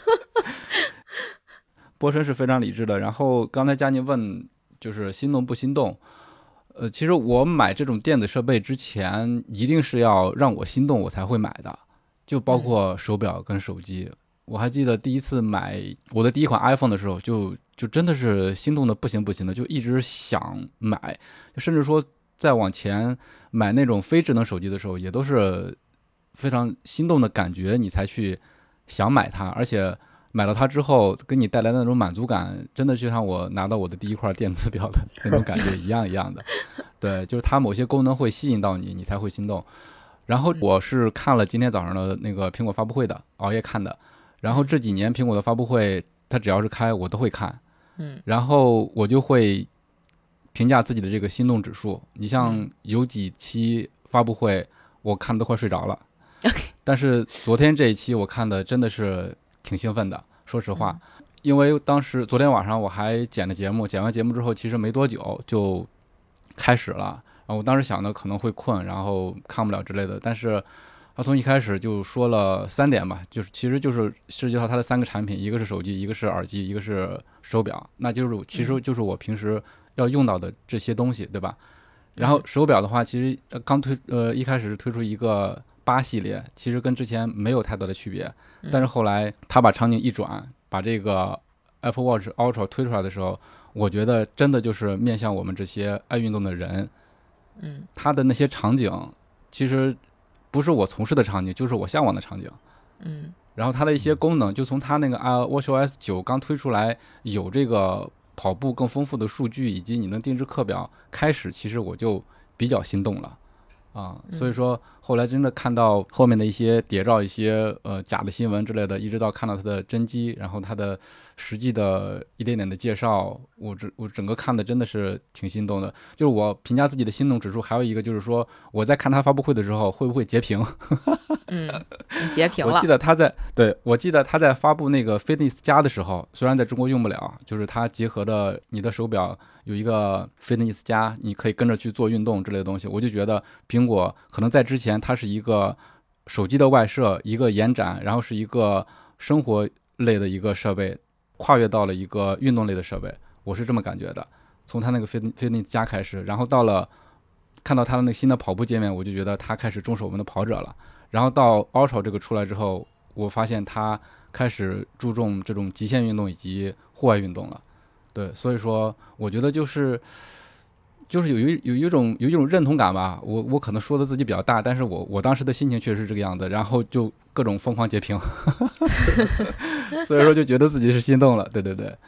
波神是非常理智的。然后刚才佳妮问，就是心动不心动？呃，其实我买这种电子设备之前，一定是要让我心动，我才会买的。就包括手表跟手机。嗯、我还记得第一次买我的第一款 iPhone 的时候，就就真的是心动的不行不行的，就一直想买，甚至说再往前。买那种非智能手机的时候，也都是非常心动的感觉，你才去想买它。而且买了它之后，给你带来的那种满足感，真的就像我拿到我的第一块电子表的那种感觉一样一样的。对，就是它某些功能会吸引到你，你才会心动。然后我是看了今天早上的那个苹果发布会的，熬夜看的。然后这几年苹果的发布会，它只要是开，我都会看。 嗯， 然后我就会评价自己的这个心动指数。你像有几期发布会我看都快睡着了，但是昨天这一期我看的真的是挺兴奋的，说实话。因为当时昨天晚上我还剪了节目，剪完节目之后其实没多久就开始了，然后我当时想的可能会困，然后看不了之类的，但是他从一开始就说了三点吧，就是其实就是涉及到他的三个产品，一个是手机，一个是耳机，一个是手表，那就是其实就是我平时要用到的这些东西，对吧？然后手表的话，其实刚推呃一开始推出一个八系列，其实跟之前没有太大的区别，但是后来他把场景一转，把这个 Apple Watch Ultra 推出来的时候，我觉得真的就是面向我们这些爱运动的人， 嗯， 他的那些场景其实不是我从事的场景，就是我向往的场景， 嗯， 然后它的一些功能，就从它那个啊 watchOS 九刚推出来有这个跑步更丰富的数据，以及你能定制课表开始，其实我就比较心动了啊、嗯，所以说后来真的看到后面的一些谍照、一些呃假的新闻之类的，一直到看到它的真机，然后它的实际的一点点的介绍，我整我整个看的真的是挺心动的。就是我评价自己的心动指数，还有一个就是说我在看他发布会的时候会不会截屏。 嗯，你截屏了。 我记得他在对我记得他在发布那个 Fitness 加的时候，虽然在中国用不了，就是它结合的你的手表有一个 Fitness 加，你可以跟着去做运动之类的东西，我就觉得苹果可能在之前它是一个手机的外设，一个延展，然后是一个生活类的一个设备，跨越到了一个运动类的设备，我是这么感觉的。从它那个 Fitness 加开始，然后到了看到它的那个新的跑步界面，我就觉得它开始重视我们的跑者了。然后到 Ultra 这个出来之后，我发现它开始注重这种极限运动以及户外运动了。对，所以说我觉得就是就是有一有一种有一种认同感吧。我我可能说的自己比较大，但是我我当时的心情确实是这个样子，然后就各种疯狂截屏，所以说就觉得自己是心动了。对对对。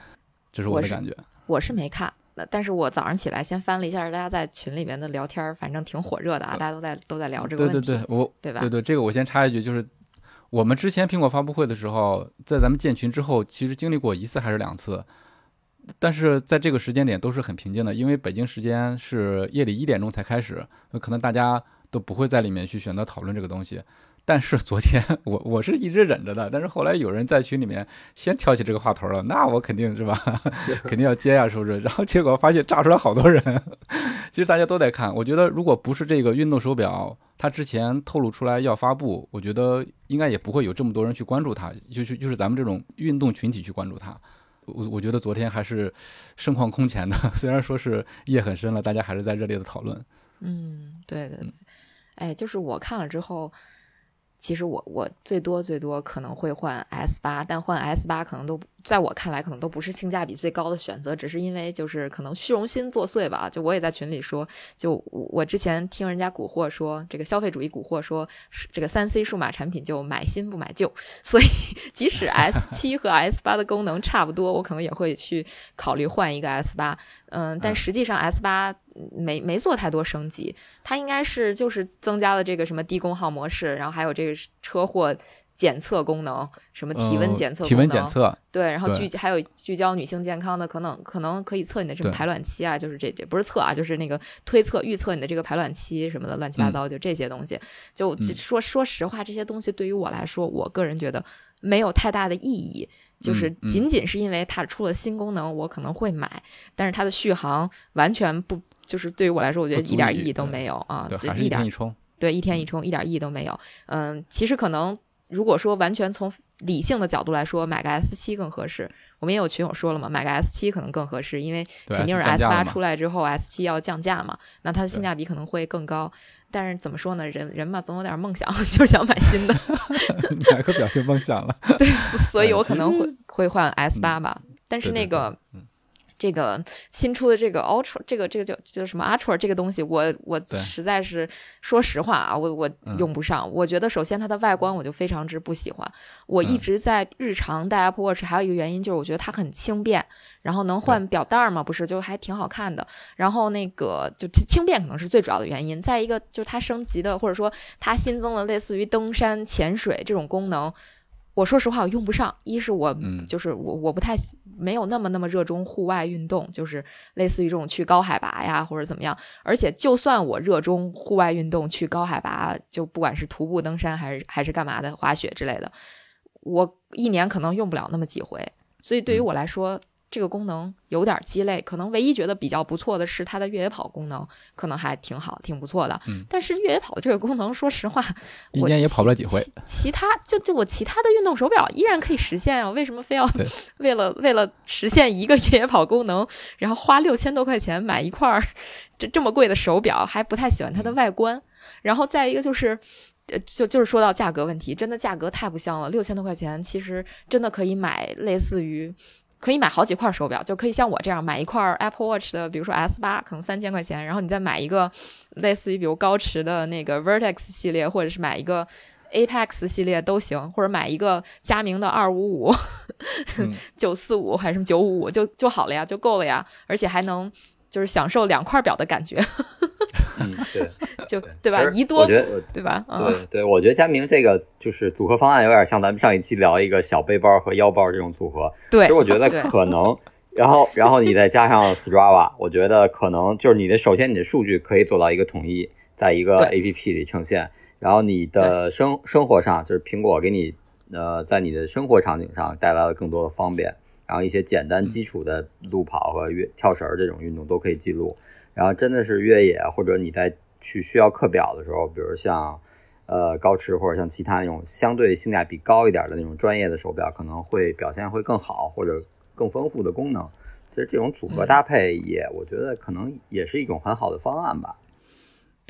这是我的感觉。 我是没看，但是我早上起来先翻了一下大家在群里面的聊天，反正挺火热的啊，大家都在都在聊这个问题。 对对对，我对吧？ 对对，这个我先插一句，就是我们之前苹果发布会的时候，在咱们建群之后，其实经历过一次还是两次，但是在这个时间点都是很平静的，因为北京时间是夜里一点钟才开始，可能大家都不会在里面去选择讨论这个东西。但是昨天我我是一直忍着的，但是后来有人在群里面先挑起这个话头了，那我肯定是吧，肯定要接呀，是不是？然后结果发现炸出来好多人，其实大家都在看。我觉得如果不是这个运动手表，它之前透露出来要发布，我觉得应该也不会有这么多人去关注它，就是就是咱们这种运动群体去关注它。我我觉得昨天还是盛况空前的，虽然说是夜很深了，大家还是在热烈的讨论。 嗯，对对对，哎，就是我看了之后。其实我我最多最多可能会换 S 八，但换 S 八可能都在我看来可能都不是性价比最高的选择，只是因为就是可能虚荣心作祟吧。就我也在群里说，就我之前听人家蛊惑说，这个消费主义蛊惑说，这个三 C 数码产品就买新不买旧，所以即使 S 七 和 S 八的功能差不多，我可能也会去考虑换一个 S 八。嗯，但实际上 S 八没没做太多升级，它应该是就是增加了这个什么低功耗模式，然后还有这个车祸检测功能，什么体温检测功能、 呃、体温检测， 对，然后聚还有聚焦女性健康的，可能可能可以测你的什么排卵期啊，就是这这不是测啊，就是那个推测预测你的这个排卵期什么的，乱七八糟，就这些东西。就说说实话，这些东西对于我来说，我个人觉得没有太大的意义。就是仅仅是因为它出了新功能，我可能会买，但是它的续航完全不，就是对于我来说，我觉得一点意义都没有啊， 对，还是一天一充， 对，一天一充，一点意义都没有。嗯，其实可能如果说完全从理性的角度来说，买个 S 七 更合适。我们也有群友说了嘛，买个 S 七 可能更合适，因为肯定是 S 八 出来之后 S 七 要降价嘛，那它的性价比可能会更高。但是怎么说呢，人人嘛总有点梦想，就是想买新的。 哪个表现梦想了？ 对，所以我可能会会换 S 八 吧。嗯、但是那个。对对对嗯这个新出的这个 Ultra， 这个这个叫叫什么 Ultra 这个东西，我我实在是说实话啊，我我用不上。嗯、我觉得首先它的外观我就非常之不喜欢。我一直在日常戴 Apple Watch， 还有一个原因就是我觉得它很轻便，然后能换表带嘛，不是就还挺好看的。然后那个就轻便可能是最主要的原因。再一个就是它升级的，或者说它新增了类似于登山、潜水这种功能。我说实话，我用不上。一是我就是我我不太没有那么那么热衷户外运动，就是类似于这种去高海拔呀或者怎么样。而且就算我热衷户外运动，去高海拔，就不管是徒步登山还是还是干嘛的滑雪之类的，我一年可能用不了那么几回。所以对于我来说，这个功能有点鸡肋，可能唯一觉得比较不错的是它的越野跑功能，可能还挺好，挺不错的。嗯、但是越野跑的这个功能，说实话， 一年也跑不了几回。 其, 其他就就我其他的运动手表依然可以实现啊，为什么非要为了为了实现一个越野跑功能，然后花六千多块钱买一块这这么贵的手表？还不太喜欢它的外观。然后再一个就是。呃，就就是说到价格问题，真的价格太不香了。六千多块钱，其实真的可以买类似于，可以买好几块手表，就可以像我这样买一块 Apple Watch 的，比如说 S 八，可能三千块钱，然后你再买一个类似于比如高驰的那个 Vertex 系列，或者是买一个 Apex 系列都行，或者买一个佳明的二五五、九四五还是什么九五五就就好了呀，就够了呀，而且还能就是享受两块表的感觉。 嗯，对， 就对吧？宜多， 我觉得对吧？ 嗯、对对，我觉得佳明这个就是组合方案有点像咱们上一期聊一个小背包和腰包这种组合。 对， 其实我觉得可能，然后然后你再加上 Strava， 我觉得可能就是你的首先你的数据可以做到一个统一，在一个 A P P 里呈现，然后你的生生活上就是苹果给你呃在你的生活场景上带来了更多的方便，然后一些简单基础的路跑和越跳绳这种运动都可以记录。然后真的是越野，或者你在去需要刻表的时候，比如像呃高驰或者像其他那种相对性价比高一点的那种专业的手表，可能会表现会更好，或者更丰富的功能。其实这种组合搭配也，嗯、我觉得可能也是一种很好的方案吧。 对。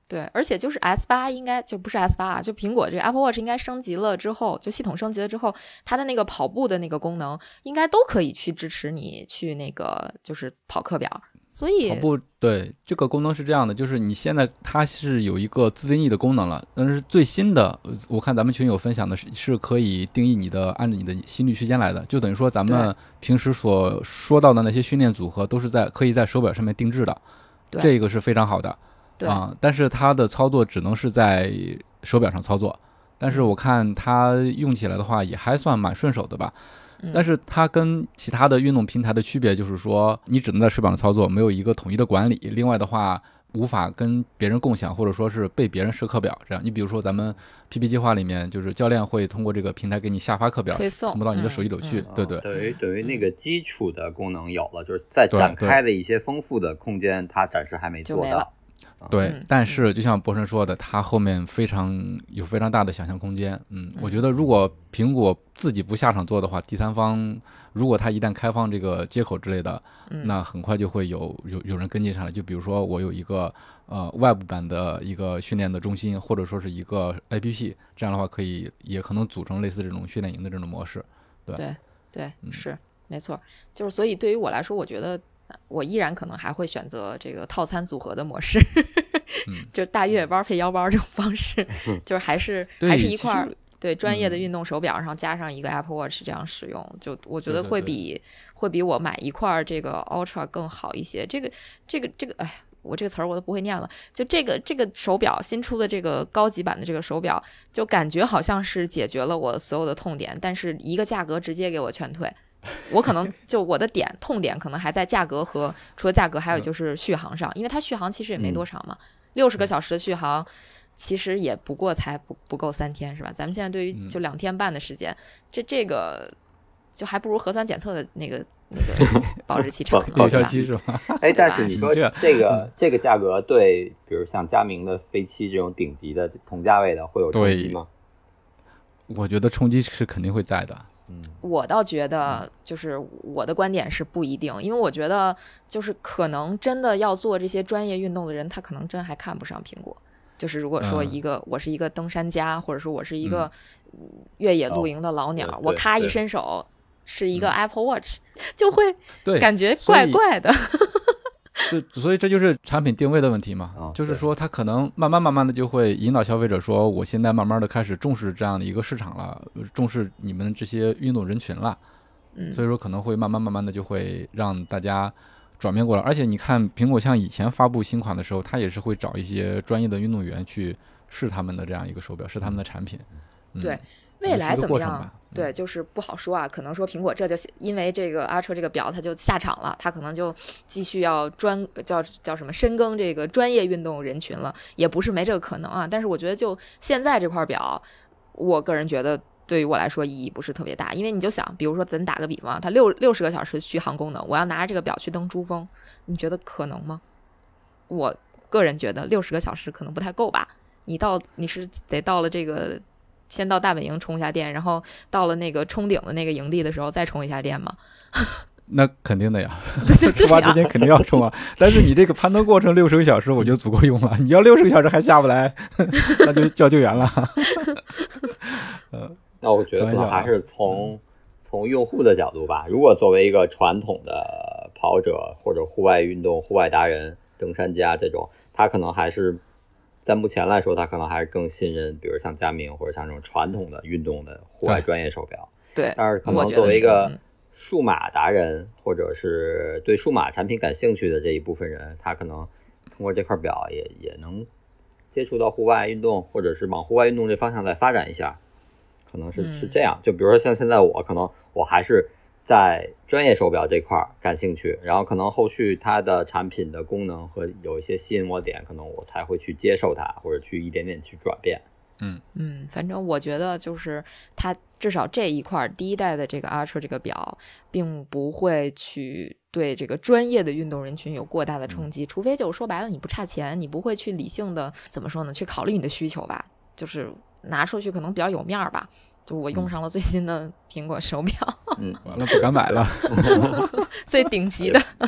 对，而且就是 S 八 应该就不是 S 八 啊，就苹果这个 Apple Watch 应该升级了之后，就系统升级了之后，它的那个跑步的那个功能应该都可以去支持你去那个就是跑课表。所以跑步对这个功能是这样的，就是你现在它是有一个自定义的功能了，但是最新的我看咱们群友分享的是是可以定义你的按照你的心率区间来的，就等于说咱们平时所说到的那些训练组合都是在可以在手表上面定制的，这个是非常好的。 对啊，但是它的操作只能是在手表上操作，但是我看它用起来的话也还算蛮顺手的吧。但是它跟其他的运动平台的区别就是说，你只能在手表上操作，没有一个统一的管理。另外的话，无法跟别人共享，或者说是被别人设课表。这样，你比如说咱们 P P 计划里面，就是教练会通过这个平台给你下发课表， 推送同步到你的手机里去。 嗯嗯、 对对， 等于等于那个基础的功能有了，就是在展开的一些丰富的空间，它暂时还没做到。 对， 嗯、 但是就像博神说的，它后面非常有非常大的想象空间。嗯，我觉得如果苹果自己不下场做的话，第三方如果它一旦开放这个接口之类的， 嗯、 那很快就会有有有人跟进上来。就比如说我有一个呃 Web 版的一个训练的中心，或者说是一个 A P P， 这样的话可以也可能组成类似这种训练营的这种模式。对对对， 嗯、 是没错。就是所以对于我来说，我觉得。我依然可能还会选择这个套餐组合的模式， 嗯、 就大越野包配腰包这种方式，嗯、就是还是还是一块对专业的运动手表，然后加上一个 Apple Watch 这样使用，就我觉得会比对对对会比我买一块这个 Ultra 更好一些。这个这个这个，哎，我这个词儿我都不会念了。就这个这个手表新出的这个高级版的这个手表，就感觉好像是解决了我所有的痛点，但是一个价格直接给我劝退。我可能就我的点痛点可能还在价格和除了价格还有就是续航上，因为它续航其实也没多长嘛，六十个小时的续航其实也不过才不不够三天是吧？咱们现在对于就两天半的时间，这这个就还不如核酸检测的那个那个保质期长有效期是吧？ 哎，但是你说这个这个价格对，比如像佳明的飞七这种顶级的同价位的会有冲击吗？ 我觉得冲击是肯定会在的。 我倒觉得就是我的观点是不一定，因为我觉得就是可能真的要做这些专业运动的人，他可能真还看不上苹果。就是如果说一个、嗯、我是一个登山家，或者说我是一个越野露营的老鸟， 哦、 我咔一伸手是一个 Apple Watch，、嗯、就会感觉怪怪的。 就所以这就是产品定位的问题嘛， 哦、 就是说它可能慢慢慢慢的就会引导消费者说，我现在慢慢的开始重视这样的一个市场了，重视你们这些运动人群了， 嗯， 所以说可能会慢慢慢慢的就会让大家转变过来。而且你看苹果像以前发布新款的时候，它也是会找一些专业的运动员去试他们的这样一个手表，试他们的产品。嗯、 对。未来怎么样？ 嗯、 对，就是不好说啊。可能说苹果这就因为这个 Ultra 这个表，它就下场了，它可能就继续要专叫叫什么深耕这个专业运动人群了，也不是没这个可能啊。但是我觉得就现在这块表，我个人觉得对于我来说意义不是特别大，因为你就想，比如说咱打个比方，它六六十个小时续航功能，我要拿着这个表去登珠峰，你觉得可能吗？我个人觉得六十个小时可能不太够吧。你到你是得到了这个。先到大本营充一下电，然后到了那个冲顶的那个营地的时候再充一下电吗？ 那肯定的呀，出发之前肯定要充啊。但是你这个攀登过程六十个小时，我觉得足够用了。你要六十个小时还下不来，那就叫救援了。 呃，那我觉得可能还是从从用户的角度吧。如果作为一个传统的跑者或者户外运动、户外达人、登山家这种，他可能还是。在目前来说，他可能还是更信任，比如像佳明或者像这种传统的运动的户外专业手表。 对， 但是可能作为一个数码达人，或者是对数码产品感兴趣的这一部分人，他可能通过这块表也也能接触到户外运动，或者是往户外运动这方向再发展一下，可能是、嗯、是这样。就比如说像现在我，可能我还是在专业手表这块感兴趣，然后可能后续它的产品的功能和有一些吸引我点，可能我才会去接受它，或者去一点点去转变。 嗯嗯，反正我觉得就是它至少这一块第一代的这个 Ultra 这个表，并不会去对这个专业的运动人群有过大的冲击，嗯、除非就是说白了你不差钱，你不会去理性的怎么说呢？去考虑你的需求吧，就是拿出去可能比较有面儿吧。就我用上了最新的苹果手表， 嗯，完了不敢买了， 最顶级的，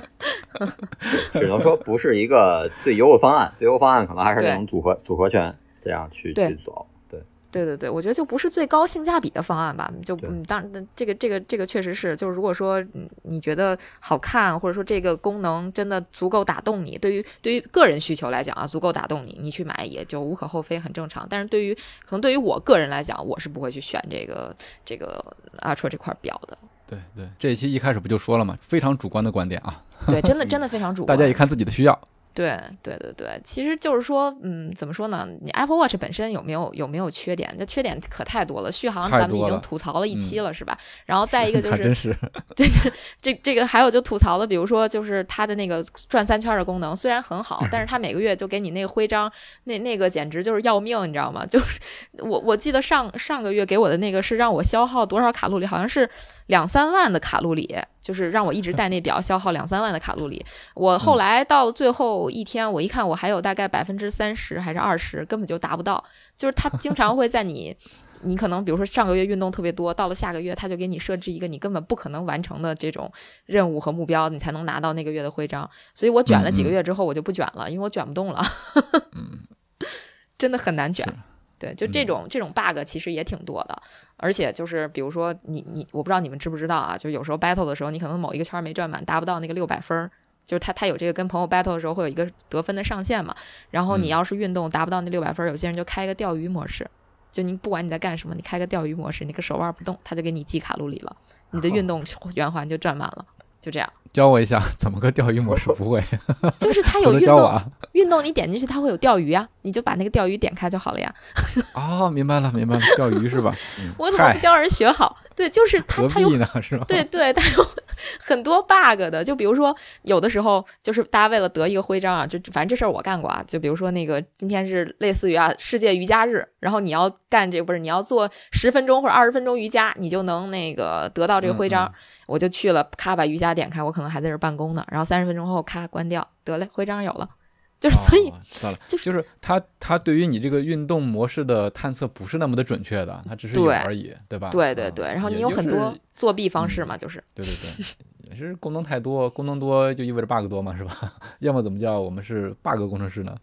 只能说不是一个最优的方案，最优方案可能还是那种组合组合拳这样去去走。 对对对，我觉得就不是最高性价比的方案吧，就嗯，当然这个这个这个确实是，就是如果说你觉得好看，或者说这个功能真的足够打动你，对于对于个人需求来讲啊，足够打动你，你去买也就无可厚非，很正常。但是对于可能对于我个人来讲，我是不会去选这个这个Atra这块表的。 对对，这一期一开始不就说了吗？非常主观的观点啊。 对，真的真的非常主观。 大家也看自己的需要。 对对对对，其实就是说，嗯，怎么说呢？你 Apple Watch 本身有没有有没有缺点？这缺点可太多了，续航咱们已经吐槽了一期了，是吧？嗯、然后再一个就是， 真是这这这这个还有就吐槽了，比如说就是它的那个转三圈的功能虽然很好，但是它每个月就给你那个徽章，那那个简直就是要命，你知道吗？就是我我记得上上个月给我的那个是让我消耗多少卡路里，好像是两三万的卡路里。就是让我一直戴那表，消耗两三万的卡路里。我后来到了最后一天，我一看我还有大概百分之三十还是二十，根本就达不到。就是它经常会在你，你可能比如说上个月运动特别多，到了下个月它就给你设置一个你根本不可能完成的这种任务和目标，你才能拿到那个月的徽章。所以我卷了几个月之后，我就不卷了，因为我卷不动了。 嗯， 真的很难卷。对，就这种、嗯、这种 bug 其实也挺多的，而且就是比如说你你我不知道你们知不知道啊，就是有时候 battle 的时候，你可能某一个圈没转满，达不到那个六百分，就是他他有这个跟朋友 battle 的时候会有一个得分的上限嘛，然后你要是运动达不到那六百分，有些人就开一个钓鱼模式，就你不管你在干什么，你开个钓鱼模式，你个手腕不动，他就给你记卡路里了，你的运动圆环就转满了，就这样。 教我一下怎么个钓鱼模式？不会， 就是它有运动，啊、运动你点进去它会有钓鱼啊，你就把那个钓鱼点开就好了呀。 哦，明白了明白了，钓鱼是吧？ 嗯、我怎么不教人学好？对，就是它它有是吧？ 对对，它有很多 bug 的，就比如说有的时候就是大家为了得一个徽章啊，就反正这事儿我干过啊，就比如说那个今天是类似于啊世界瑜伽日，然后你要干这个不是你要做十分钟或者二十分钟瑜伽，你就能那个得到这个徽章。嗯嗯我就去了，咔把瑜伽点开，我可能还在这办公呢，然后三十分钟后咔关掉，得嘞，徽章有了。就是所以， 算、哦、了，就是就是他他对于你这个运动模式的探测不是那么的准确的，他只是有而已， 对, 对吧？ 对对对，然后你有很多作弊方式嘛，就是、嗯、 对对对，也是功能太多，功能多就意味着 bug 多嘛，是吧？要么怎么叫我们是 bug 工程师呢？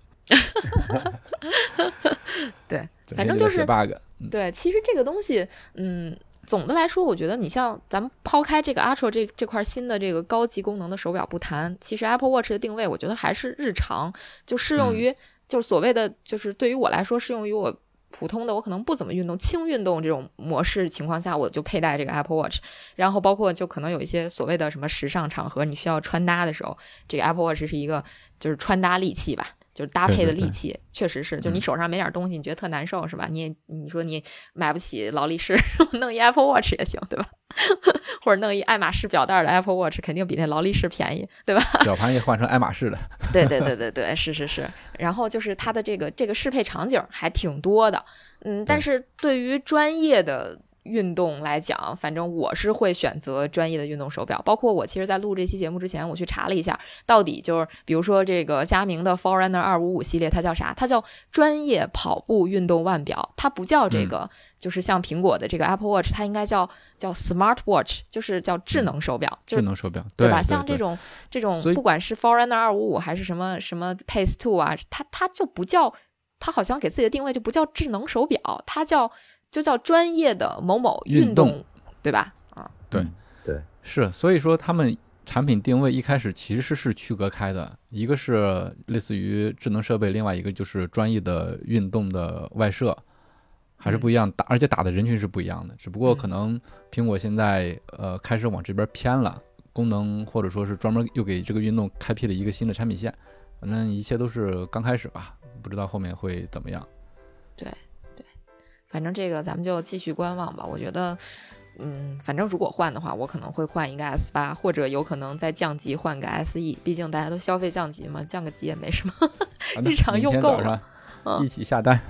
对，反正就是 bug、 嗯。对，其实这个东西，嗯。总的来说，我觉得你像咱们抛开这个 Atra 这这块新的这个高级功能的手表不谈，其实 Apple Watch 的定位，我觉得还是日常，就适用于、嗯、就是所谓的就是对于我来说适用于我普通的我可能不怎么运动轻运动这种模式情况下，我就佩戴这个 Apple Watch。然后包括就可能有一些所谓的什么时尚场合你需要穿搭的时候，这个 Apple Watch 是一个就是穿搭利器吧。就是搭配的利器，对对对确实是，就你手上没点东西，你觉得特难受是吧？你也你说你买不起劳力士，弄一 Apple Watch 也行，对吧？或者弄一爱马仕表带的 Apple Watch， 肯定比那劳力士便宜，对吧？ 表盘也换成爱马仕的。 对对对对对，是是是。然后就是它的这个这个适配场景还挺多的，嗯，但是对于专业的运动来讲，反正我是会选择专业的运动手表。包括我其实在录这期节目之前，我去查了一下，到底就是比如说这个佳明的 Forerunner 二五五系列，它叫啥？它叫专业跑步运动腕表，它不叫这个、嗯、就是像苹果的这个 Apple Watch， 它应该叫叫 Smart Watch， 就是叫智能手表、嗯就是、智能手表对, 对吧？ 对对对像这种这种不管是 Forerunner 二五五还是什么什么 Pace 二啊，它它就不叫，它好像给自己的定位就不叫智能手表，它叫就叫专业的某某运动， 运动对吧？啊， 对对，是，所以说他们产品定位一开始其实是区隔开的，一个是类似于智能设备，另外一个就是专业的运动的外设，还是不一样，打、嗯、而且打的人群是不一样的。只不过可能苹果现在呃开始往这边偏了，功能或者说是专门又给这个运动开辟了一个新的产品线。反正一切都是刚开始吧，不知道后面会怎么样。 对。反正这个咱们就继续观望吧。我觉得，嗯，反正如果换的话，我可能会换一个 S 八，或者有可能再降级换个 S E。毕竟大家都消费降级嘛，降个级也没什么，日常用够了。 一起下单。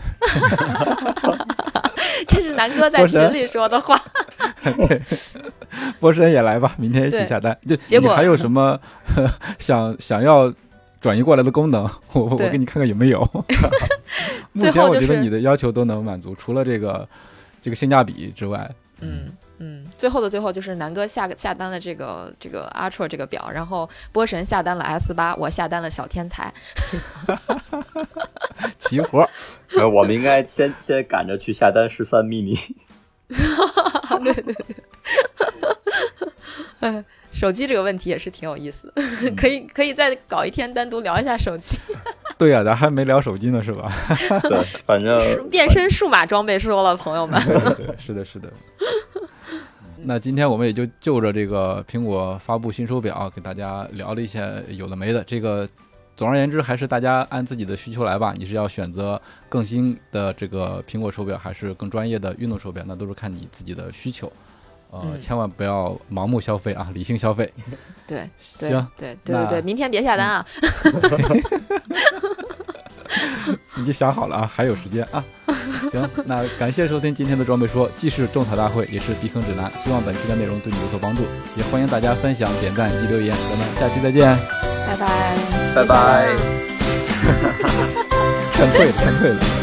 这是南哥在群里说的话。 对，波神也来吧，明天一起下单。对， 结果你还有什么想想要转移过来的功能，我我给你看看有没有。目前我觉得你的要求都能满足，除了这个这个性价比之外， 嗯， 嗯，最后的最后就是南哥下下单了这个这个 Ultra 这个表，然后波神下单了 S 八，我下单了小天才， 齐活。 呃，我们应该先先赶着去下单十三 mini。 对对对，哎，手机这个问题也是挺有意思，嗯、可以可以再搞一天单独聊一下手机。 对呀、啊，咱还没聊手机呢，是吧？ 对，反正变身数码装备说了，朋友们。 对，对，是的，是的。那今天我们也就就着这个苹果发布新手表，给大家聊了一下有的没的。这个总而言之，还是大家按自己的需求来吧。你是要选择更新的这个苹果手表，还是更专业的运动手表？那都是看你自己的需求。呃，嗯、千万不要盲目消费啊，理性消费。 对， 行， 对对对对，明天别下单啊。 自己想好了啊，还有时间啊。行，那感谢收听今天的装备说，既是种草大会，也是避坑指南。希望本期的内容对你有所帮助，也欢迎大家分享、点赞及留言。咱们下期再见， 拜拜， 拜拜。 惭愧了，惭愧了。